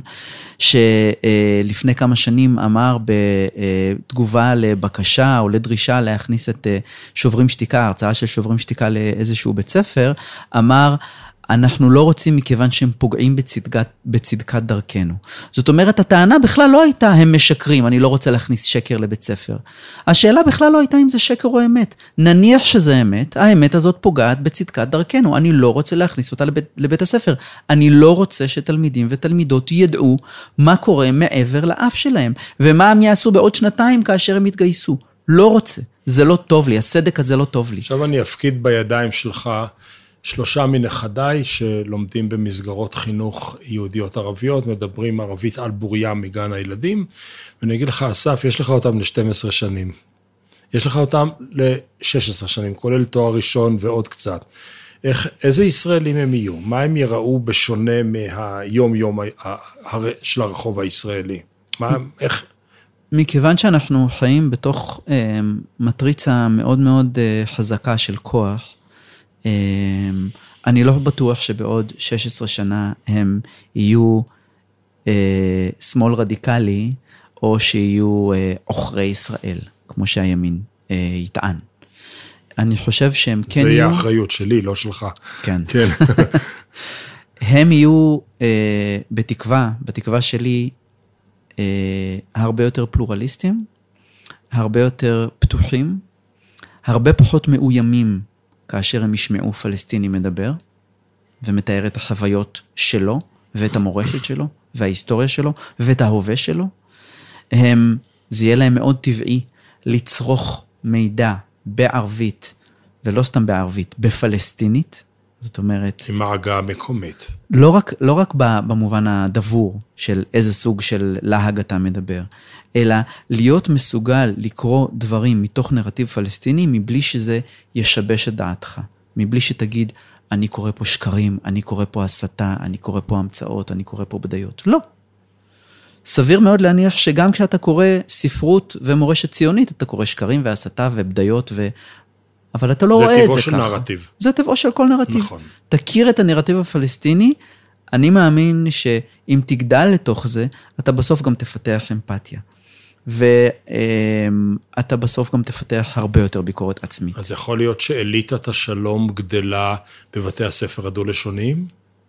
שלפני כמה שנים אמר בתגובה לבקשה או לדרישה להכניס את שוברים שתיקה, הרצאה של שוברים שתיקה לאיזשהו בית ספר, אמר, אנחנו לא רוצים מכיוון שהם פוגעים בצדקת, בצדקת דרכנו. זאת אומרת, הטענה בכלל לא הייתה, הם משקרים, אני לא רוצה להכניס שקר לבית ספר. השאלה בכלל לא הייתה אם זה שקר או אמת. נניח שזה אמת, האמת הזאת פוגעת בצדקת דרכנו. אני לא רוצה להכניס אותה לבית, לבית הספר. אני לא רוצה שתלמידים ותלמידות ידעו מה קורה מעבר לאף שלהם, ומה הם יעשו בעוד שנתיים כאשר הם יתגייסו. לא רוצה. זה לא טוב לי, הסדק הזה לא טוב לי. עכשיו אני אפקיד בידיים שלך, שלושה מנכדיי שלומדים במסגרות חינוך יהודיות ערביות, מדברים ערבית על בוריה מגן הילדים, ואני אגיד לך, אסף, יש לך אותם ל-שתים עשרה שנים. יש לך אותם ל-שש עשרה שנים, כולל תואר ראשון ועוד קצת. איך, איזה ישראלים הם יהיו? מה הם יראו בשונה מהיום-יום של הרחוב הישראלי? מה, איך... מכיוון שאנחנו חיים בתוך אה, מטריצה מאוד מאוד אה, חזקה של כוח, אני לא בטוח שבעוד שש עשרה שנה הם יהיו אה, שמאל רדיקלי, או שיהיו אה, עוכרי ישראל, כמו שהימין אה, יטען. אני חושב שהם כן יהיו... זה יהיה האחריות שלי, לא שלך. כן. כן. הם יהיו, אה, בתקווה, בתקווה שלי, אה, הרבה יותר פלורליסטים, הרבה יותר פתוחים, הרבה פחות מאוימים, כאשר הם ישמעו פלסטיני מדבר, ומתאר את החוויות שלו, ואת המורשת שלו, וההיסטוריה שלו, ואת ההווה שלו. הם, זה יהיה להם מאוד טבעי לצרוך מידע בערבית, ולא סתם בערבית, בפלסטינית, זאת אומרת... עם ההגה המקומית. לא רק, לא רק במובן הדבור של איזה סוג של להג אתה מדבר, אלא להיות מסוגל לקרוא דברים מתוך נרטיב פלסטיני, מבלי שזה ישבש את דעתך, מבלי שתגיד, אני קורא פה שקרים, אני קורא פה הסתה, אני קורא פה המצאות, אני קורא פה בדיות. לא. סביר מאוד להניח שגם כשאתה קורא ספרות ומורשת ציונית, אתה קורא שקרים והסתה ובדיות ו... אבל אתה לא רואה את זה ככה. זה טבעו של נרטיב. זה טבעו של כל נרטיב. נכון. תכיר את הנרטיב הפלסטיני, אני מאמין שאם תגדל לתוך זה, אתה בסוף גם תפתח אמפתיה. ואתה בסוף גם תפתח הרבה יותר ביקורת עצמית. אז יכול להיות שאליטת השלום גדלה בבתי הספר הדו-לשוניים?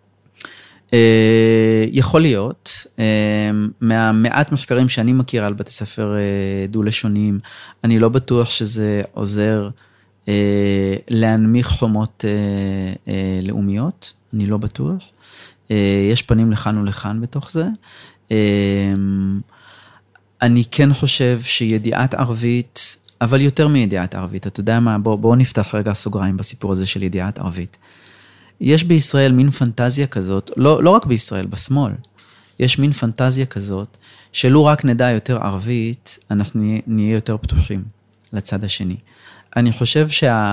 יכול להיות. מהמעט מחקרים שאני מכיר על בתי ספר דו-לשוניים, אני לא בטוח שזה עוזר להנמיך חומות לאומיות, אני לא בטוח. יש פנים לכאן ולכאן בתוך זה. אני כן חושב שידיעת ערבית, אבל יותר מידיעת ערבית, אתה יודע מה, בוא, בוא נפתח רגע סוגריים בסיפור הזה של ידיעת ערבית. יש בישראל מין פנטזיה כזאת, לא, לא רק בישראל, בשמאל, יש מין פנטזיה כזאת, שלו רק נדע יותר ערבית, אנחנו נהיה, נהיה יותר פתוחים לצד השני. אני חושב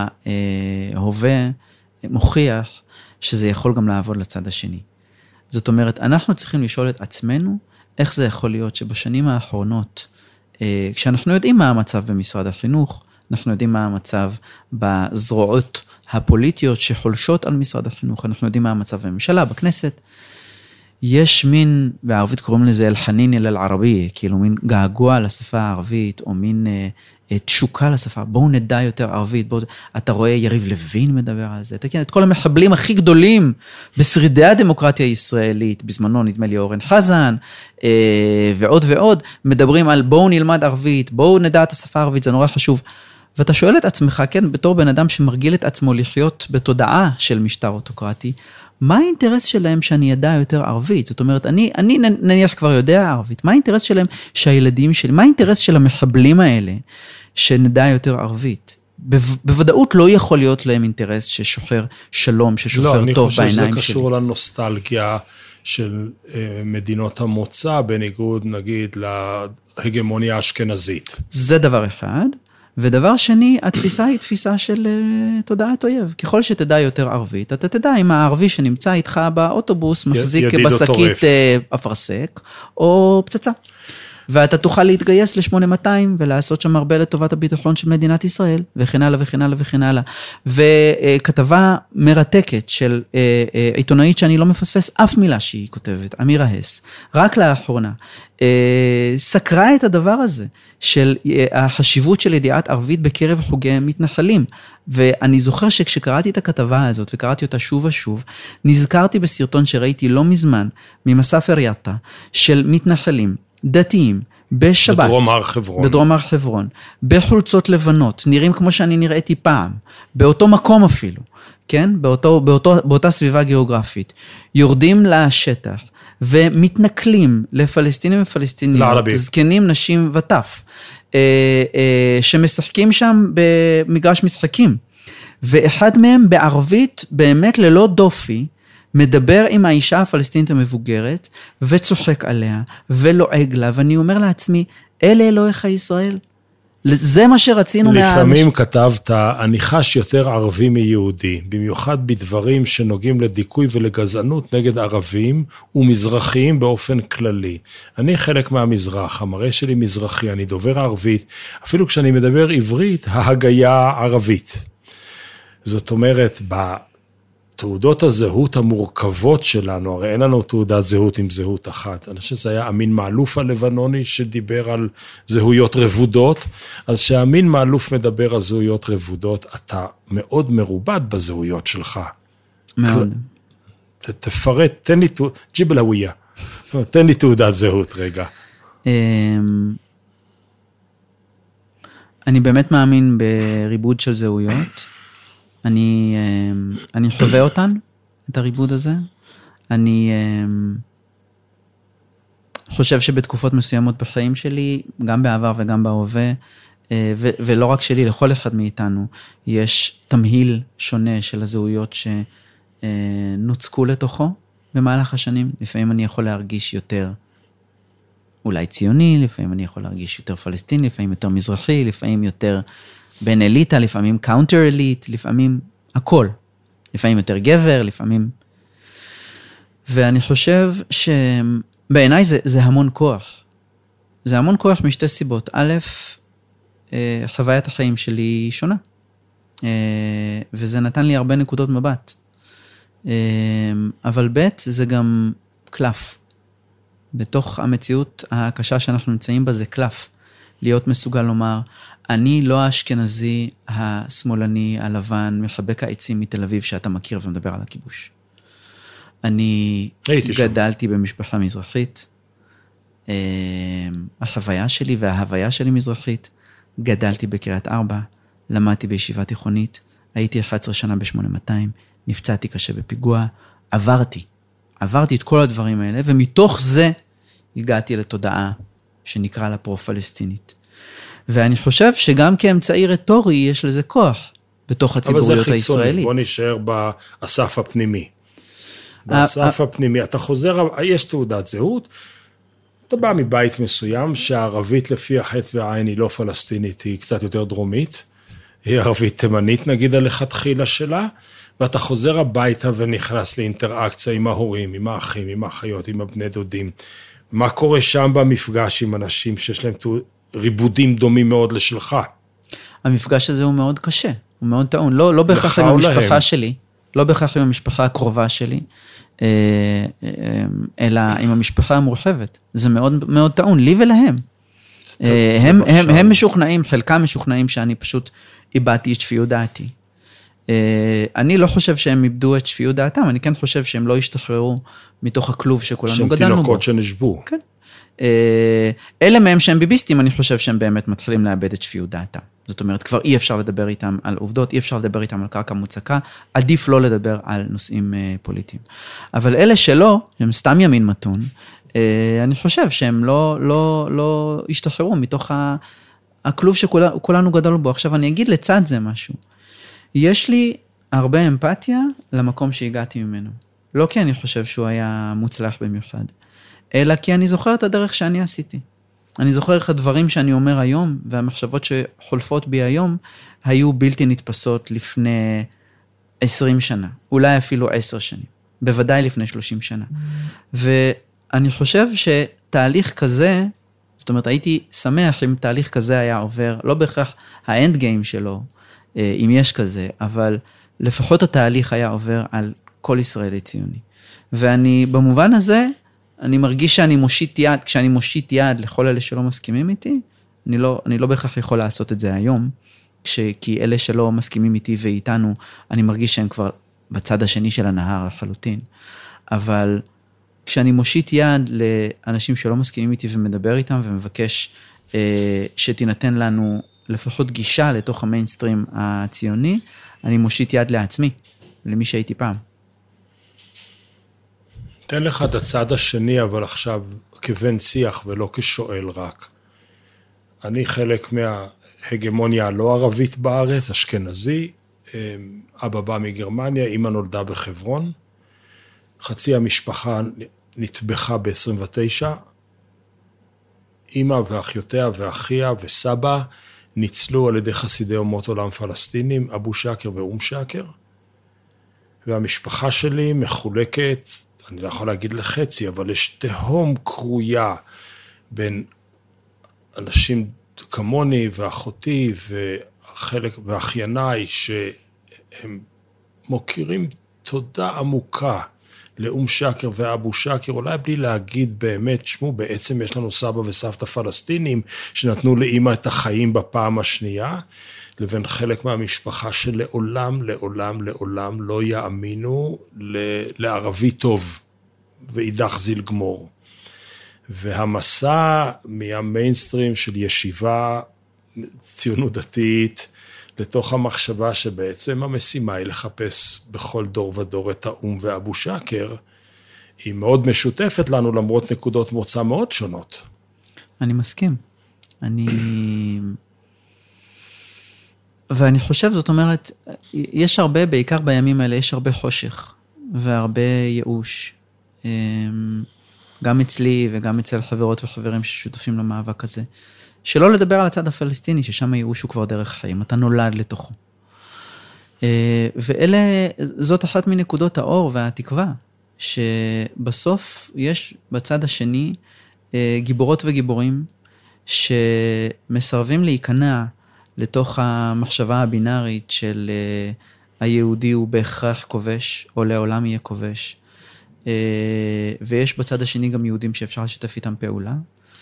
שההווה מוכיח שזה יכול גם לעבוד לצד השני. זאת אומרת, אנחנו צריכים לשאול את עצמנו, איך זה יכול להיות שבשנים האחרונות, כשאנחנו יודעים מה המצב במשרד החינוך, אנחנו יודעים מה המצב בזרועות הפוליטיות שחולשות על משרד החינוך, אנחנו יודעים מה המצב בממשלה, בכנסת, יש מין, בערבית קוראים לזה אל-חנין אל-ערבי, כאילו מין געגוע לשפה הערבית, או מין אה, תשוקה לשפה, בואו נדע יותר ערבית, בואו, אתה רואה יריב לוין מדבר על זה, תקין, את כל המחבלים הכי גדולים בשרידי הדמוקרטיה הישראלית, בזמנו נדמה לי אורן חזן, אה, ועוד ועוד, מדברים על בואו נלמד ערבית, בואו נדע את השפה הערבית, זה נורא חשוב, ואתה שואל את עצמך, כן, בתור בן אדם שמרגיל את עצמו לחיות בתודעה של משטר אוטוקרטי, מה האינטרס שלהם שאני ידע יותר ערבית? זאת אומרת, אני, אני נניח כבר יודע ערבית, מה האינטרס שלהם שהילדים שלי, מה האינטרס של המחבלים האלה שנדע יותר ערבית? בוודאות לא יכול להיות להם אינטרס ששוחר שלום, ששוחר לא, טוב בעיניים שלי. לא, אני חושב שזה קשור לנוסטלגיה של מדינות המוצא, בניגוד נגיד להגמוניה האשכנזית. זה דבר אחד. ודבר שני, התפיסה היא תפיסה של uh, תודעת אויב. ככל שתדע יותר ערבית, אתה תדע אם הערבי שנמצא איתך באוטובוס מחזיק בשקית uh, אפרסק או פצצה. ואתה תוכל להתגייס ל-שמונה מאתיים ולעשות שם הרבה לטובת הביטחון של מדינת ישראל, וכן הלאה וכן הלאה וכן הלאה. וכתבה מרתקת של עיתונאית שאני לא מפספס אף מילה שהיא כותבת, אמירה הס, רק לאחרונה, סקרה את הדבר הזה של החשיבות של ידיעת ערבית בקרב חוגי מתנחלים. ואני זוכר שכשקראתי את הכתבה הזאת וקראתי אותה שוב ושוב, נזכרתי בסרטון שראיתי לא מזמן ממסע אריאטה של מתנחלים, דתיים, בשבת, בדרום הר חברון, בדרום הר חברון, בחולצות לבנות, נראים כמו שאני נראיתי פעם, באותו מקום אפילו, כן? באותו, באותו, באותה סביבה גיאוגרפית, יורדים לשטח, ומתנכלים לפלסטינים ופלסטיניות, זקנים, נשים וטף, שמשחקים שם במגרש משחקים, ואחד מהם בערבית באמת ללא דופי, מדבר עם האישה הפלסטינית המבוגרת, וצוחק עליה, ולועג לה, ואני אומר לעצמי, אלה אלוהיך ישראל? זה מה שרצינו מהאנשים. לפעמים כתבת, אני חש יותר ערבי מיהודי, במיוחד בדברים שנוגעים לדיכוי ולגזענות נגד ערבים ומזרחיים באופן כללי. אני חלק מהמזרח, המראה שלי מזרחי, אני דובר ערבית, אפילו כשאני מדבר עברית, ההגיה ערבית. זאת אומרת, ב... תעודות הזהות המורכבות שלנו, הרי אין לנו תעודת זהות עם זהות אחת, אני חושב שזה היה אמין מאלוף הלבנוני שדיבר על זהויות רבודות, אז שהאמין מאלוף מדבר על זהויות רבודות, אתה מאוד מרובד בזהויות שלך. מאוד. ת, תפרט, תן לי, ג'יבל הוויה, תן לי תעודת זהות רגע. אני באמת מאמין בריבוד של זהויות, אני, אני חווה אותן, את הריבוד הזה. אני חושב שבתקופות מסוימות בחיים שלי, גם בעבר וגם בהווה, ו- ולא רק שלי, לכל אחד מאיתנו, יש תמהיל שונה של הזהויות שנוצקו לתוכו במהלך השנים. לפעמים אני יכול להרגיש יותר אולי ציוני, לפעמים אני יכול להרגיש יותר פלסטיני, לפעמים יותר מזרחי, לפעמים יותר בין אליטה, לפעמים קאונטר אליט, לפעמים הכל. לפעמים יותר גבר, לפעמים... ואני חושב שבעיניי זה, זה המון כוח. זה המון כוח משתי סיבות. א', חוויית החיים שלי שונה. וזה נתן לי הרבה נקודות מבט. אבל ב', זה גם קלף. בתוך המציאות הקשה שאנחנו נמצאים בה זה קלף. להיות מסוגל לומר, אני לא האשכנזי, השמאלני, הלבן, מחבק העצים מתל אביב שאתה מכיר ומדבר על הכיבוש. אני גדלתי שם. במשפחה מזרחית. החוויה שלי וההוויה שלי מזרחית. גדלתי בקריית ארבע, למדתי בישיבה תיכונית, הייתי אחת עשרה שנה ב-שמונה מאתיים, נפצעתי קשה בפיגוע, עברתי. עברתי את כל הדברים האלה, ומתוך זה הגעתי לתודעה שנקרא לה פרו-פלסטינית. ואני חושב שגם כאמצעי רטורי יש לזה כוח בתוך הציבוריות הישראלית. אבל זה חיצוני, בוא נשאר באסף הפנימי. באסף הפנימי, אתה חוזר, יש תעודת זהות, אתה בא מבית מסוים שהערבית לפי החטא והעין היא לא פלסטינית, היא קצת יותר דרומית, היא ערבית תימנית נגיד הלכתחילה שלה, ואתה חוזר הביתה ונכנס לאינטראקציה עם ההורים, עם האחים, עם האחיות, עם הבני דודים. מה קורה שם במפגש עם אנשים שיש להם ריבודים דומים מאוד לשלך? המפגש הזה הוא מאוד קשה, הוא מאוד טעון, לא, לא בהכרח עם המשפחה להם. שלי, לא בהכרח עם המשפחה הקרובה שלי, אלא עם המשפחה המורחבת. זה מאוד, מאוד טעון, לי ולהם. הם, הם, הם משוכנעים, חלקם משוכנעים שאני פשוט איבדתי את שפיות דעתי. אני לא חושב שהם איבדו את שפיות דעתם, אני כן חושב שהם לא השתחררו מתוך הכלוב שכולנו גדלנו בו. שהם תינוקות שנשבו. כן. אלה מהם שהם ביביסטים, אני חושב שהם באמת מתחילים לאבד את שפיות דעתם. זאת אומרת, כבר אי אפשר לדבר איתם על עובדות, אי אפשר לדבר איתם על קרקע מוצקה, עדיף לא לדבר על נושאים פוליטיים. אבל אלה שלא, הם סתם ימין מתון, אני חושב שהם לא, לא, לא השתחררו מתוך הכלוב שכולנו גדלנו בו. עכשיו אני אגיד לצד זה משהו. יש לי הרבה אמפתיה למקום שהגעתי ממנו. לא כי אני חושב שהוא היה מוצלח במיוחד, אלא כי אני זוכר את הדרך שאני עשיתי. אני זוכר איך הדברים שאני אומר היום, והמחשבות שחולפות בי היום, היו בלתי נתפסות לפני עשרים שנה, אולי אפילו עשר שנים, בוודאי לפני שלושים שנה. ואני חושב שתהליך כזה, זאת אומרת, הייתי שמח אם תהליך כזה היה עובר, לא בהכרח האנד גיים שלו, אם יש כזה, אבל לפחות התהליך היה עובר על כל ישראלי ציוני. ואני, במובן הזה, אני מרגיש שאני מושיט יד, כשאני מושיט יד לכל אלה שלא מסכימים איתי, אני לא, אני לא בהכרח יכול לעשות את זה היום, ש, כי אלה שלא מסכימים איתי ואיתנו, אני מרגיש שהם כבר בצד השני של הנהר לחלוטין. אבל כשאני מושיט יד לאנשים שלא מסכימים איתי ומדבר איתם, ומבקש אה, שתינתן לנו לפחות גישה לתוך המיינסטרים הציוני, אני מושיט יד לעצמי, למי שהייתי פעם. תן לך את הצד השני, אבל עכשיו כבן שיח ולא כשואל רק. אני חלק מההגמוניה הלא ערבית בארץ, אשכנזי, אבא בא מגרמניה, אמא נולדה בחברון, חצי המשפחה נטבחה ב-עשרים ותשע, אמא ואחיותיה ואחיה וסבא ניצלו על ידי חסידי אומות עולם פלסטינים, אבו שקר ואום שקר, והמשפחה שלי מחולקת, אני לא יכול להגיד לחצי, אבל יש תהום קרויה בין אנשים כמוני ואחותי וחלק ואחייניי שהם מוכירים תודה עמוקה לאום שקר ואבו שקר, אולי בלי להגיד באמת, שמו, בעצם יש לנו סבא וסבתא פלסטינים, שנתנו לאמא את החיים בפעם השנייה, לבין חלק מהמשפחה שלעולם, לעולם, לעולם לא יאמינו לערבי טוב, ואידך זיל גמור. והמסע מהמיינסטרים של ישיבה ציונות דתית, לתוך המחשבה שבעצם המשימה היא לחפש בכל דור ודור את האום ואבו שקר, היא מאוד משותפת לנו למרות נקודות מוצא מאוד שונות. אני מסכים. אני... ואני חושב, זאת אומרת, יש הרבה, בעיקר בימים האלה, יש הרבה חושך והרבה ייאוש. גם אצלי וגם אצל חברות וחברים ששותפים למאבק הזה. שלא לדבר על הצד הפלסטיני, ששם הייאוש הוא כבר דרך חיים, אתה נולד לתוכו. ואלה, זאת אחת מנקודות האור והתקווה, שבסוף יש בצד השני גיבורות וגיבורים, שמסרבים להיכנע לתוך המחשבה הבינארית של היהודי הוא בהכרח כובש, או לעולם יהיה כובש. ויש בצד השני גם יהודים שאפשר לשתף איתם פעולה.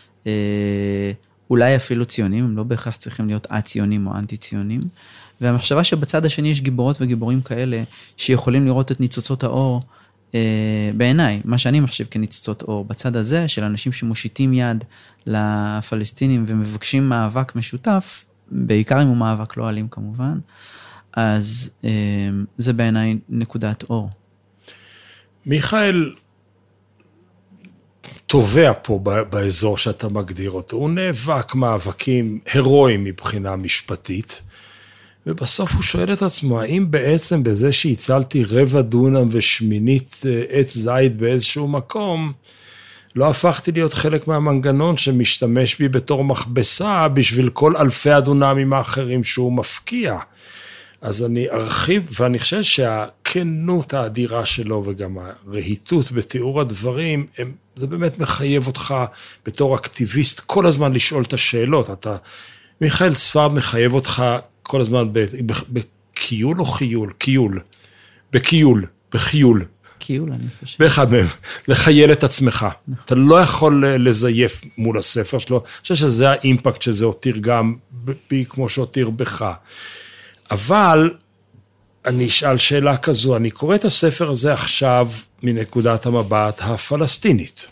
אולי אפילו ציונים, הם לא בהכרח צריכים להיות א-ציונים או אנטי-ציונים. והמחשבה שבצד השני יש גיבורות וגיבורים כאלה, שיכולים לראות את ניצוצות האור, בעיניי, מה שאני מחשב כניצוצות אור, בצד הזה של אנשים שמושיטים יד לפלסטינים ומבקשים מאבק משותף, בעיקר אם הוא מאבק לא אלים כמובן, אז זה בעיניי נקודת אור. מיכאל תובע פה באזור שאתה מגדיר אותו, הוא נאבק מאבקים הירואיים מבחינה משפטית, ובסוף הוא שואל את עצמו, האם בעצם בזה שהצלתי רבע דונם ושמינית עץ זית באיזשהו מקום, לא הפכתי להיות חלק מהמנגנון שמשתמש בי בתור מכבסה, בשביל כל אלפי הדונמים האחרים שהוא מפקיע. אז אני ארחיב, ואני חושב שהכנות האדירה שלו, וגם הרהיטות בתיאור הדברים, הם, זה באמת מחייב אותך בתור אקטיביסט, כל הזמן לשאול את השאלות. אתה, מיכאל ספרד מחייב אותך כל הזמן בקיול או חיול? קיול. בקיול, בחיול. קיול, אני חושב. באחד מהם, לחייל את עצמך. אתה לא יכול לזייף מול הספר שלו. אני חושב שזה האימפקט שזה הותיר גם בי, כמו שהותיר בך. אבל אני אשאל שאלה כזו, אני קורא את הספר הזה עכשיו מנקודת המבט הפלסטינית.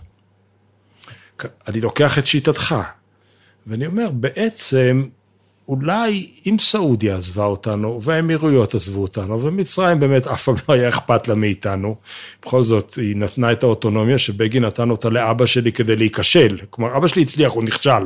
אני לוקח את שיטתך, ואני אומר, בעצם, אולי אם סעודיה עזבה אותנו, והאמירויות עזבו אותנו, ומצרים באמת אף פעם לא היה אכפת לה מאיתנו, בכל זאת היא נתנה את האוטונומיה, שבגין נתן אותה לאבא שלי כדי להיכשל, כלומר אבא שלי הצליח, הוא נכשל,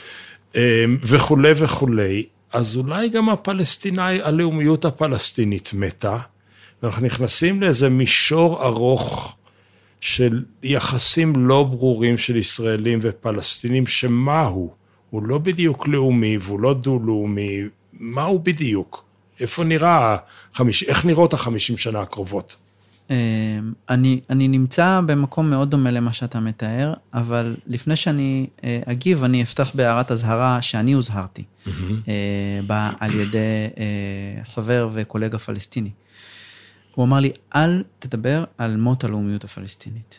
וכו' וכו'. אז אולי גם הפלסטיני, הלאומיות הפלסטינית מתה, ואנחנו נכנסים לאיזה מישור ארוך של יחסים לא ברורים של ישראלים ופלסטינים, שמה הוא? הוא לא בדיוק לאומי, והוא לא דו-לאומי, מה הוא בדיוק? איפה נראה, איך נראות החמישים שנה הקרובות? אני, אני נמצא במקום מאוד דומה למה שאתה מתאר, אבל לפני שאני אגיב, אני אפתח בהערת הזהרה שאני הוזהרתי, בא על ידי חבר וקולגה פלסטיני. הוא אמר לי, אל תדבר על מות הלאומיות הפלסטינית.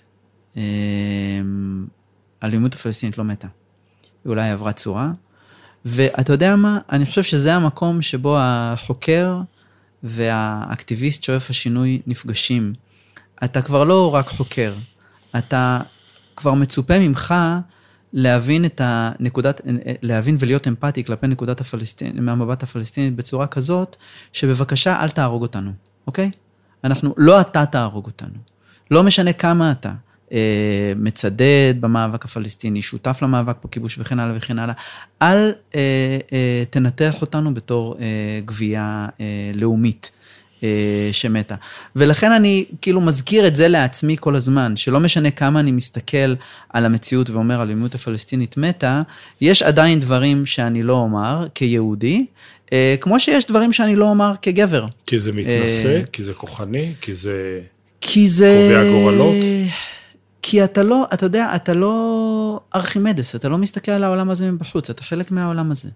הלאומיות הפלסטינית לא מתה. היא אולי עברה צורה, ואתה יודע מה? אני חושב שזה המקום שבו החוקר והאקטיביסט שואף השינוי נפגשים. אתה כבר לא רק חוקר, אתה כבר מצופה ממך להבין את הנקודת, להבין ולהיות אמפתי כלפי נקודת הפלסטין, מהמבט הפלסטינית בצורה כזאת, שבבקשה אל תהרוג אותנו, אוקיי? אנחנו, לא אתה תהרוג אותנו. לא משנה כמה אתה. מצדד במאבק הפלסטיני, שותף למאבק בכיבוש וכן הלאה וכן הלאה, אל אה, אה, תנתח אותנו בתור אה, גבייה אה, לאומית אה, שמתה. ולכן אני כאילו מזכיר את זה לעצמי כל הזמן, שלא משנה כמה אני מסתכל על המציאות ואומר הלאומיות הפלסטינית מתה, יש עדיין דברים שאני לא אומר כיהודי, אה, כמו שיש דברים שאני לא אומר כגבר. כי זה מתנשא, אה, כי זה כוחני, כי זה, כי זה... קובע גורלות. כי אתה לא, אתה יודע, אתה לא ארכימדס, אתה לא מסתכל על העולם הזה מבחוץ, אתה חלק מהעולם הזה.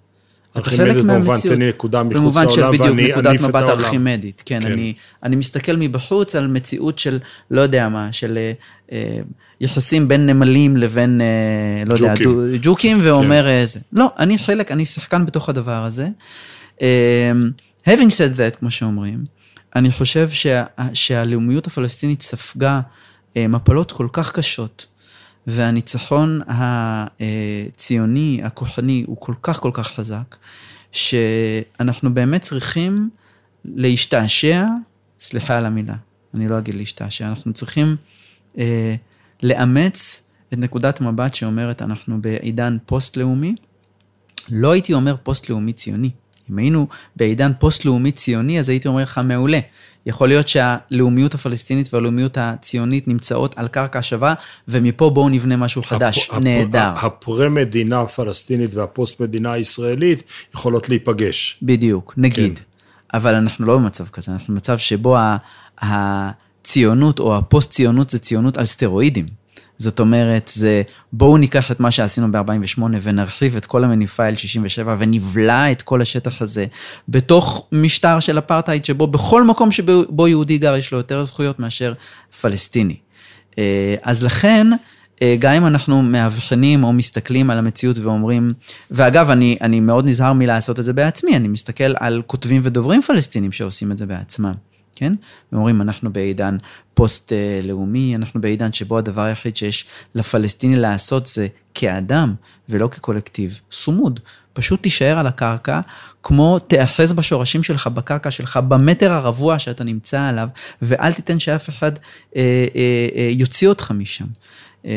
ארכימדית במובן, תן לי נקודה מחוץ לעולם, במובן של בדיוק ואני נקודת אניף את מבט העולם. ארכימדית, כן, כן. אני, אני מסתכל מבחוץ על מציאות של, לא יודע מה, של אה, יחסים בין נמלים לבין, אה, לא יודע, דו, ג'וקים, ואומר כן. זה. לא, אני חלק, אני שחקן בתוך הדבר הזה. אה, having said that, כמו שאומרים, אני חושב שה, שהלאומיות הפלסטינית ספגה אה, מפלות כל כך קשות, והניצחון הציוני, הכוחני, הוא כל כך כל כך חזק, שאנחנו באמת צריכים להשתעשע, סליחה על המילה, אני לא אגיד להשתעשע, אנחנו צריכים אה, לאמץ את נקודת מבט שאומרת, אנחנו בעידן פוסט-לאומי, לא הייתי אומר פוסט-לאומי ציוני, אם היינו בעידן פוסט-לאומי ציוני, אז הייתי אומר לך מעולה, יכול להיות שהלאומיות הפלסטינית והלאומיות הציונית נמצאות על קרקע שווה, ומפה בואו נבנה משהו חדש, הפ, נהדר. הפרה-מדינה הפלסטינית והפוסט-מדינה הישראלית יכולות להיפגש. בדיוק, נגיד. כן. אבל אנחנו לא במצב כזה, אנחנו במצב שבו הציונות או הפוסט-ציונות זה ציונות על סטרואידים. זאת אומרת, זה בואו ניקח את מה שעשינו ב-ארבעים ושמונה ונרחיב את כל המניפה אל שישים ושבע ונבלע את כל השטח הזה בתוך משטר של אפרטהייד שבו בכל מקום שבו יהודי גר יש לו יותר זכויות מאשר פלסטיני. אז לכן, גם אם אנחנו מאבחנים או מסתכלים על המציאות ואומרים, ואגב, אני, אני מאוד נזהר מלעשות את זה בעצמי, אני מסתכל על כותבים ודוברים פלסטינים שעושים את זה בעצמם. כן? ואומרים, אנחנו בעידן פוסט-לאומי, אנחנו בעידן שבו הדבר היחיד שיש לפלסטיני לעשות זה כאדם ולא כקולקטיב. סומוד, פשוט תישאר על הקרקע, כמו תאחז בשורשים שלך, בקרקע שלך, במטר הרבוע שאתה נמצא עליו, ואל תיתן שאף אחד אה, אה, אה, יוציא אותך משם. אה,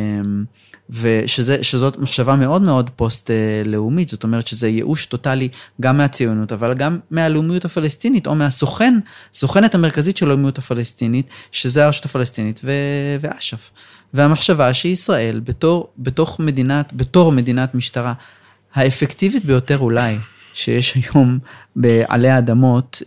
ושזאת מחשבה מאוד מאוד פוסט-לאומית, זאת אומרת שזה ייאוש טוטלי גם מהציונות, אבל גם מהלאומיות הפלסטינית, או מהסוכן, סוכנת המרכזית של הלאומיות הפלסטינית, שזה הרשות הפלסטינית ואש"ף. והמחשבה שישראל, בתור, בתוך מדינת, בתור מדינת משטרה, האפקטיבית ביותר אולי, שיש היום בעלי האדמות,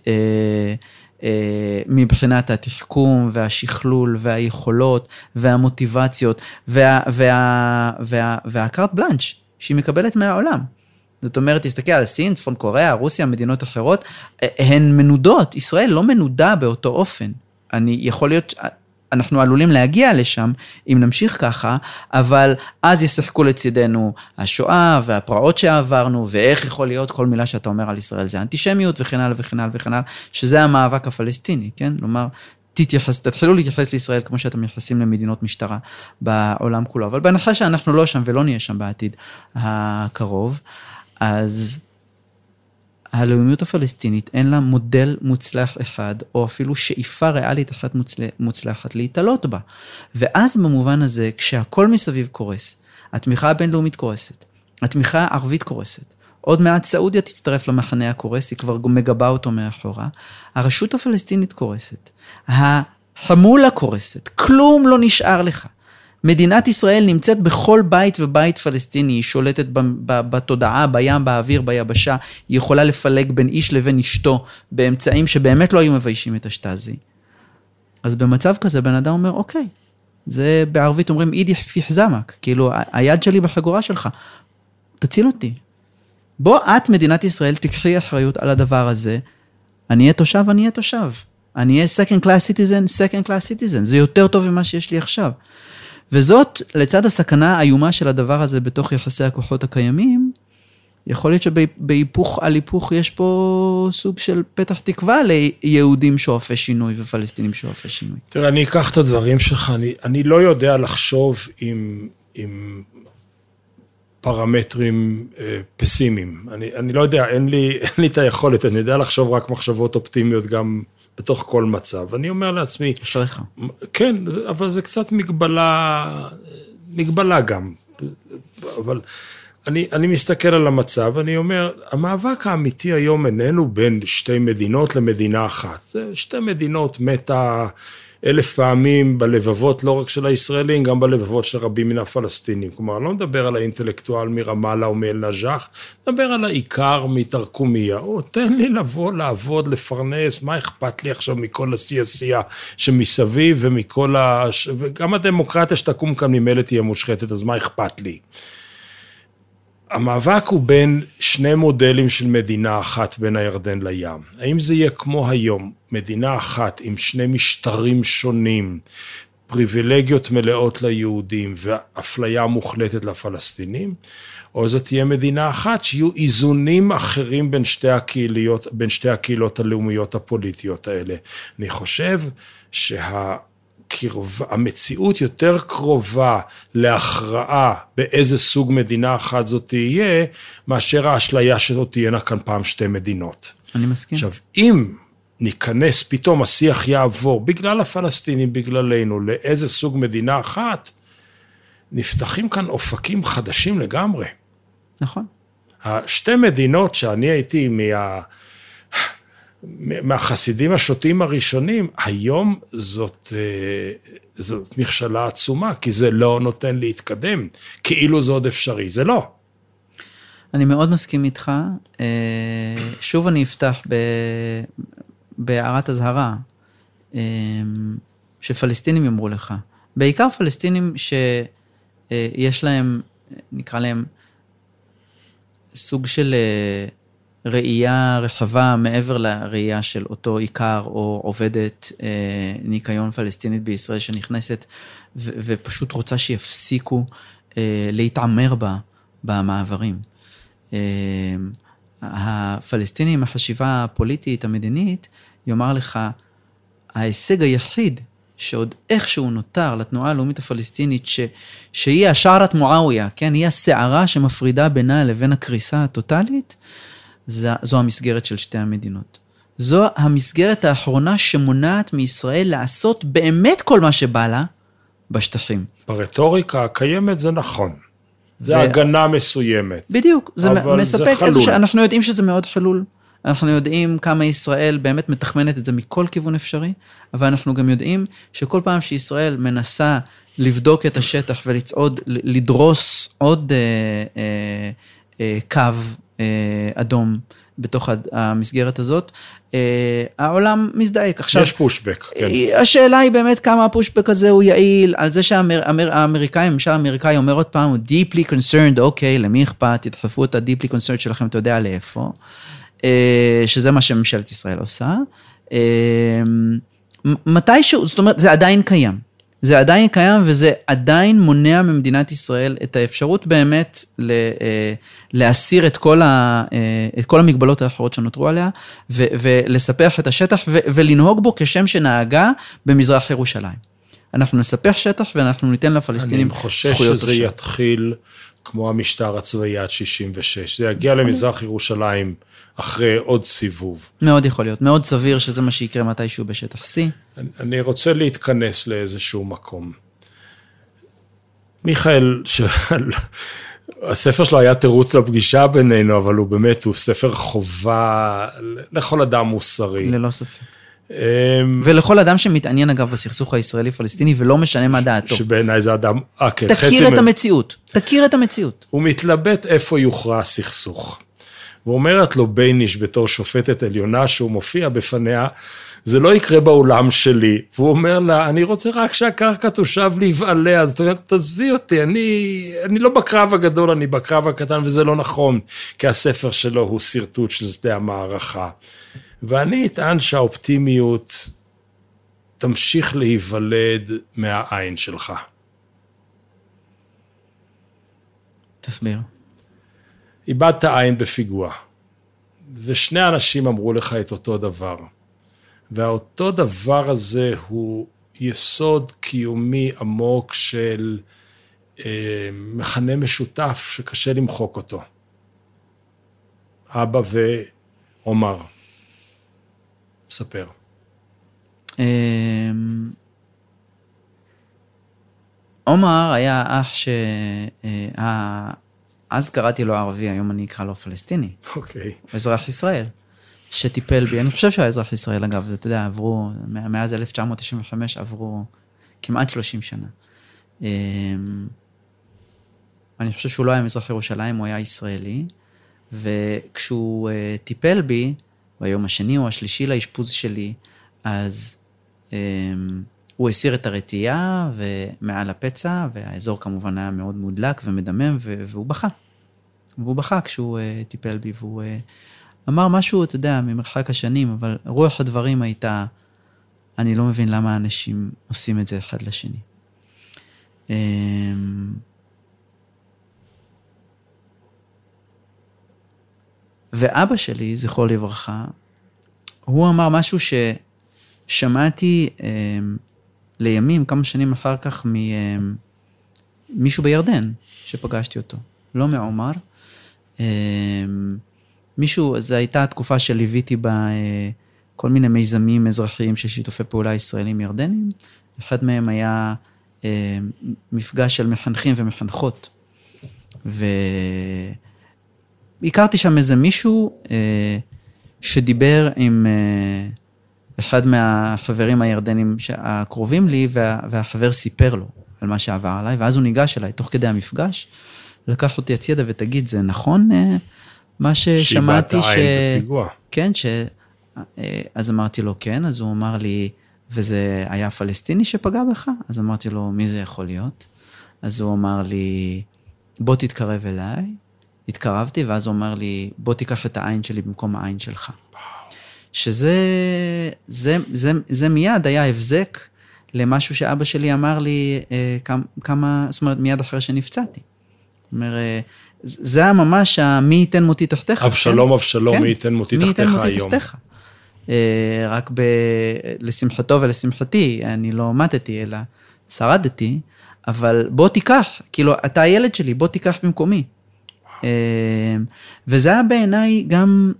מבחינת התחכום והשכלול והיכולות והמוטיבציות וה, וה, וה, והקארט בלנץ' שהיא מקבלת מהעולם. זאת אומרת, תסתכל על סין, צפון קוריאה, רוסיה, מדינות אחרות, הן מנודות, ישראל לא מנודה באותו אופן. אני יכול להיות, אנחנו עלולים להגיע לשם, אם נמשיך ככה, אבל אז ישחקו לצידנו השואה והפרעות שעברנו, ואיך יכול להיות כל מילה שאתה אומר על ישראל, זה אנטישמיות וכן הלאה וכן הלאה וכן הלאה, שזה המאבק הפלסטיני, כן? כלומר, תתייחס, תתחילו להתייחס לישראל כמו שאתם מתייחסים למדינות משטרה בעולם כולו, אבל בהנחה שאנחנו לא שם ולא נהיה שם בעתיד הקרוב, אז הלאומיות הפלסטינית אין לה מודל מוצלח אחד, או אפילו שאיפה ריאלית אחת מוצלחת להתעלות בה. ואז במובן הזה, כשהכל מסביב קורס, התמיכה הבינלאומית קורסת, התמיכה הערבית קורסת, עוד מעט סעודיה תצטרף למחנה הקורס, היא כבר מגבה אותו מאחורה, הרשות הפלסטינית קורסת, החמולה קורסת, כלום לא נשאר לך. מדינת ישראל נמצאת בכל בית ובית פלסטיני, היא שולטת בתודעה, בים, באוויר, ביבשה, היא יכולה לפלג בין איש לבין אשתו, באמצעים שבאמת לא היו מביישים את השטאזי. אז במצב כזה, בן אדם אומר, אוקיי, זה בערבית אומרים, אידי פיח זמק, כאילו, היד שלי בחגורה שלך, תציל אותי. בוא את, מדינת ישראל, תקחי אחריות על הדבר הזה, אני אהיה תושב, אני אהיה תושב. אני אהיה second class citizen, second class citizen, זה יותר טוב ממה שיש לי עכשיו. וזאת, לצד הסכנה האיומה של הדבר הזה בתוך יחסי הכוחות הקיימים, יכול להיות שבהיפוך על היפוך יש פה סוג של פתח תקווה ליהודים שואפי שינוי ופלסטינים שואפי שינוי. תראה, אני אקח את הדברים שלך, אני, אני לא יודע לחשוב עם, עם פרמטרים אה, פסימיים. אני, אני לא יודע, אין לי, אין לי את היכולת, אני יודע לחשוב רק מחשבות אופטימיות גם בתוך כל מצב. אני אומר לעצמי, אשריך. כן, אבל זה קצת מגבלה, מגבלה גם. אבל אני, אני מסתכל על המצב, אני אומר, המאבק האמיתי היום איננו בין שתי מדינות למדינה אחת. זה שתי מדינות מתה אלף פעמים בלבבות, לא רק של הישראלים, גם בלבבות של רבים מן הפלסטינים. כלומר, אני לא מדבר על האינטלקטואל מרמאללה או מאל-נג'אח, מדבר על העיקר מתרקומיה. או, תן לי לבוא, לעבוד, לפרנס, מה אכפת לי עכשיו מכל עשייה שמסביב, ומכל ה... וגם הדמוקרטיה שתקום כאן ממילא תהיה מושחתת, אז מה אכפת לי? המאבק הוא בין שני מודלים של מדינה אחת בין הירדן לים. האם זה יהיה כמו היום, מדינה אחת עם שני משטרים שונים, פריבילגיות מלאות ליהודים ואפליה מוחלטת לפלסטינים, או זאת תהיה מדינה אחת שיהיו איזונים אחרים בין שתי הקהילות, בין שתי הקהילות הלאומיות הפוליטיות האלה. אני חושב שהמציאות יותר קרובה להכרעה באיזה סוג מדינה אחת זאת תהיה, מאשר האשליה שזאת תהיינה כאן פעם שתי מדינות. אני מסכים. עכשיו, אם ניכנס, פתאום השיח יעבור, בגלל הפלסטינים, בגללנו, לאיזה סוג מדינה אחת, נפתחים כאן אופקים חדשים לגמרי. נכון. השתי מדינות שאני הייתי מה... מהחסידים השוטים הראשונים, היום זאת, זאת מכשלה עצומה, כי זה לא נותן להתקדם, כאילו זה עוד אפשרי, זה לא. אני מאוד מסכים איתך, שוב אני אפתח ב... בהערת הזהרה, שפלסטינים יאמרו לך, בעיקר פלסטינים שיש להם, נקרא להם, סוג של ראייה רחבה מעבר לראייה של אותו עיקר או עובדת ניקיון פלסטינית בישראל שנכנסת ו- ופשוט רוצה שיפסיקו להתעמר בה במעברים. הפלסטינים, החשיבה הפוליטית, המדינית, יאמר לך, ההישג היחיד שעוד איכשהו נותר לתנועה הלאומית הפלסטינית, ש, שהיא השערת מועאוויה, כן? היא הסערה שמפרידה בינה לבין הקריסה הטוטלית, זו, זו המסגרת של שתי המדינות. זו המסגרת האחרונה שמונעת מישראל לעשות באמת כל מה שבא לה בשטחים. ברטוריקה הקיימת זה נכון. זה ו... הגנה מסוימת. בדיוק, זה מספק זה איזשהו, אנחנו יודעים שזה מאוד חלול. אנחנו יודעים כמה ישראל באמת מתחמנת את זה מכל כיוון אפשרי, אבל אנחנו גם יודעים שכל פעם שישראל מנסה לבדוק את השטח ולצעוד, לדרוס עוד אה, אה, אה, קו אה, אדום בתוך המסגרת הזאת, אה, העולם מזדעק. עכשיו, יש פושבק, כן. השאלה היא באמת כמה הפושבק הזה הוא יעיל, על זה שהאמריקאים, הממשל האמריקאי אומר עוד פעם, הוא deeply concerned, אוקיי, למי אכפת, תדחפו את ה-deeply concerned שלכם, אתה יודע לאיפה. שזה מה שממשלת ישראל עושה, מתישהו, זאת אומרת, זה עדיין קיים, זה עדיין קיים, וזה עדיין מונע ממדינת ישראל את האפשרות באמת להסיר את כל, ה, את כל המגבלות האחרות שנותרו עליה, ו, ולספח את השטח, ו, ולנהוג בו כשם שנהגה במזרח ירושלים. אנחנו נספח שטח, ואנחנו ניתן לפלסטינים זכויות. אני חושש שזה עכשיו. יתחיל כמו המשטר הצבאי עד שישים ושש, זה יגיע למזרח ירושלים, אחרי עוד סיבוב. מאוד יכול להיות, מאוד סביר שזה מה שיקרה מתישהו בשטח C. אני, אני רוצה להתכנס לאיזשהו מקום. מיכאל, הספר שלו היה תירוץ לפגישה בינינו, אבל הוא באמת, הוא ספר חובה לכל אדם מוסרי. ללא ספק. ולכל אדם שמתעניין אגב בסכסוך הישראלי-פלסטיני, ולא משנה מה דעתו. שבעיניי זה אדם... תכיר את המציאות, תכיר את המציאות. הוא מתלבט איפה יוכרע הסכסוך. ואומרת לו בייניש בתור שופטת עליונה שהוא מופיע בפניה, זה לא יקרה באולם שלי, והוא אומר לה, אני רוצה רק שהקרקע תושב להיבעלה, אז תעזבי אותי, אני, אני לא בקרב הגדול, אני בקרב הקטן, וזה לא נכון, כי הספר שלו הוא סרטוט של שדה המערכה. ואני אטען שהאופטימיות תמשיך להיוולד מהעין שלך. תסביר. איבדת עין בפיגוע, ושני אנשים אמרו לך את אותו דבר, והאותו דבר הזה הוא יסוד קיומי עמוק של אה, מכנה משותף שקשה למחוק אותו. אבא ועומר. ספר. עומר היה אח ש... אז קראתי לו ערבי, היום אני אקרא לו פלסטיני. אוקיי. אזרח ישראל, שטיפל בי. אני חושב שהוא אזרח ישראל, אגב, אתה יודע, עברו, מאז אלף תשע מאות תשעים וחמש עברו כמעט שלושים שנה. אני חושב שהוא לא היה מזרח ירושלים, הוא היה ישראלי, וכשהוא טיפל בי, ביום השני או השלישי לאשפוז שלי, אז הוא הסיר את הרתיעה ומעל הפצע, והאזור כמובן היה מאוד מודלק ומדמם, והוא בכה. והוא בכה כשהוא uh, טיפל בי, והוא uh, אמר משהו, אתה יודע, ממרחק השנים, אבל רוח הדברים הייתה, אני לא מבין למה האנשים עושים את זה אחד לשני. Um, ואבא שלי, זכרו לברכה, הוא אמר משהו ששמעתי um, לימים, כמה שנים אחר כך, ממישהו בירדן, שפגשתי אותו, לא מעומר. Um, מישהו, זו הייתה התקופה שליוויתי בה uh, כל מיני מיזמים אזרחיים של שיתופי פעולה ישראלים ירדנים. אחד מהם היה uh, מפגש של מחנכים ומחנכות. והכרתי שם איזה מישהו uh, שדיבר עם uh, אחד מהחברים הירדנים הקרובים לי, וה, והחבר סיפר לו על מה שעבר עליי, ואז הוא ניגש אליי תוך כדי המפגש, לקח אותי הצידה ותגיד, זה נכון מה ששמעתי? שיבת העין בפיגוע. כן, ש... אז אמרתי לו כן, אז הוא אמר לי, וזה היה פלסטיני שפגע בך? אז אמרתי לו, מי זה יכול להיות? אז הוא אמר לי, בוא תתקרב אליי, התקרבתי, ואז הוא אמר לי, בוא תיקח את העין שלי במקום העין שלך. שזה זה, זה, זה מיד היה הבזק למשהו שאבא שלי אמר לי כמה, כמה, זאת אומרת, מיד אחרי שנפצעתי. זאת אומרת, זה היה ממש מי ייתן מותי תחתיך. אבשלום, אבשלום, מי ייתן מותי תחתיך היום. רק ב, לשמחתו ולשמחתי, אני לא מתתי, אלא שרדתי, אבל בוא תיקח, כאילו, אתה הילד שלי, בוא תיקח במקומי. וזה היה בעיניי גם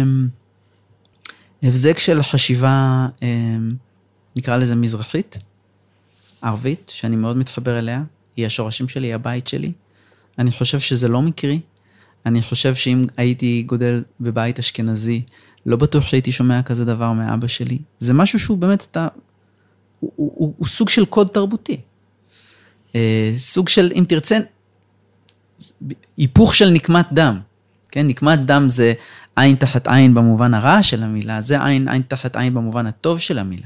הבזק של חשיבה, נקרא לזה מזרחית, ערבית, שאני מאוד מתחבר אליה, היא השורשים שלי, היא הבית שלי. אני חושב שזה לא מקרי, אני חושב שאם הייתי גודל בבית אשכנזי, לא בטוח שהייתי שומע כזה דבר מאבא שלי. זה משהו שהוא באמת, אתה, הוא, הוא, הוא, הוא סוג של קוד תרבותי. סוג של, אם תרצה, היפוך של נקמת דם. כן, נקמת דם זה עין תחת עין במובן הרע של המילה, זה עין, עין תחת עין במובן הטוב של המילה.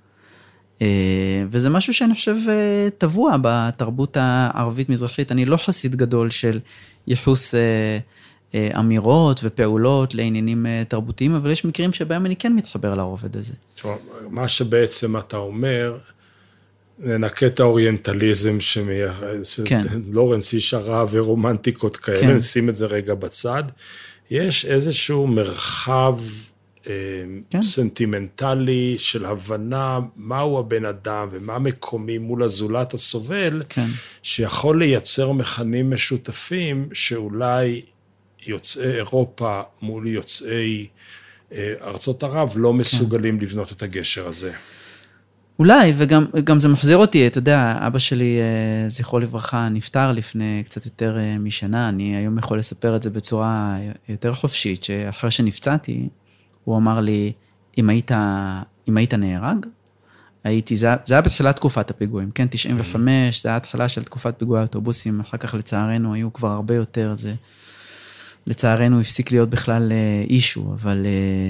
וזה משהו שאני חושב טבוע בתרבות הערבית-מזרחית. אני לא חסיד גדול של יחוס אמירות ופעולות לעניינים תרבותיים, אבל יש מקרים שבהם אני כן מתחבר לרובד הזה. מה שבעצם אתה אומר, ננקה את האוריינטליזם שלורנס איש הרע ורומנטיקות כאלה, נשים את זה רגע בצד. יש איזשהו מרחב כן. סנטימנטלי של הבנה מהו הבן אדם ומה מקומי מול הזולת הסובל, כן. שיכול לייצר מכנים משותפים שאולי יוצאי אירופה מול יוצאי ארצות ערב לא מסוגלים כן. לבנות את הגשר הזה. אולי, וגם גם זה מחזיר אותי, אתה יודע, אבא שלי, זכרו לברכה, נפטר לפני קצת יותר משנה, אני היום יכול לספר את זה בצורה יותר חופשית, שאחרי שנפצעתי, הוא אמר לי, אם היית, אם היית נהרג, הייתי, זה, זה היה בתחילת תקופת הפיגועים, כן, תשעים וחמש, זה היה התחלה של תקופת פיגועי האוטובוסים, אחר כך לצערנו היו כבר הרבה יותר, זה, לצערנו הפסיק להיות בכלל אישו, אבל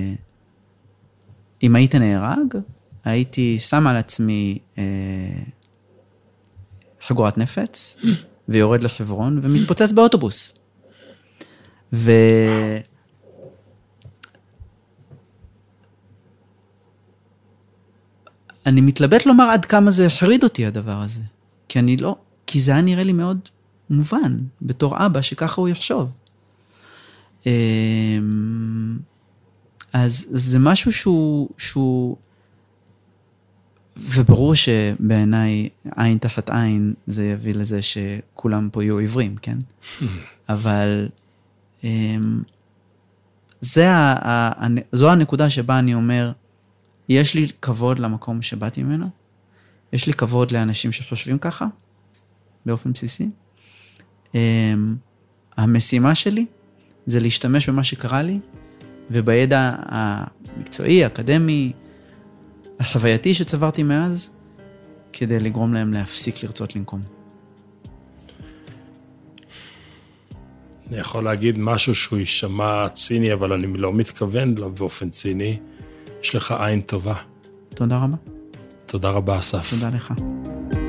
אם היית נהרג, הייתי שם על עצמי אה, חגורת נפץ, ויורד לחברון, ומתפוצץ באוטובוס. ו... אני מתלבט לומר עד כמה זה החריד אותי הדבר הזה. כי אני לא, כי זה היה נראה לי מאוד מובן, בתור אבא, שככה הוא יחשוב. אה, אז זה משהו שהוא... שהוא וברור שבעיניי עין תחת עין זה יביא לזה שכולם פה יהיו עיוורים, כן? אבל זה, זו הנקודה שבה אני אומר, יש לי כבוד למקום שבאתי ממנו, יש לי כבוד לאנשים שחושבים ככה, באופן בסיסי. המשימה שלי זה להשתמש במה שקרה לי, ובידע המקצועי, האקדמי, החווייתי שצברתי מאז, כדי לגרום להם להפסיק לרצות לנקום. אני יכול להגיד משהו שהוא יישמע ציני, אבל אני לא מתכוון לו באופן ציני. יש לך עין טובה. תודה רבה. תודה רבה, אסף. תודה לך.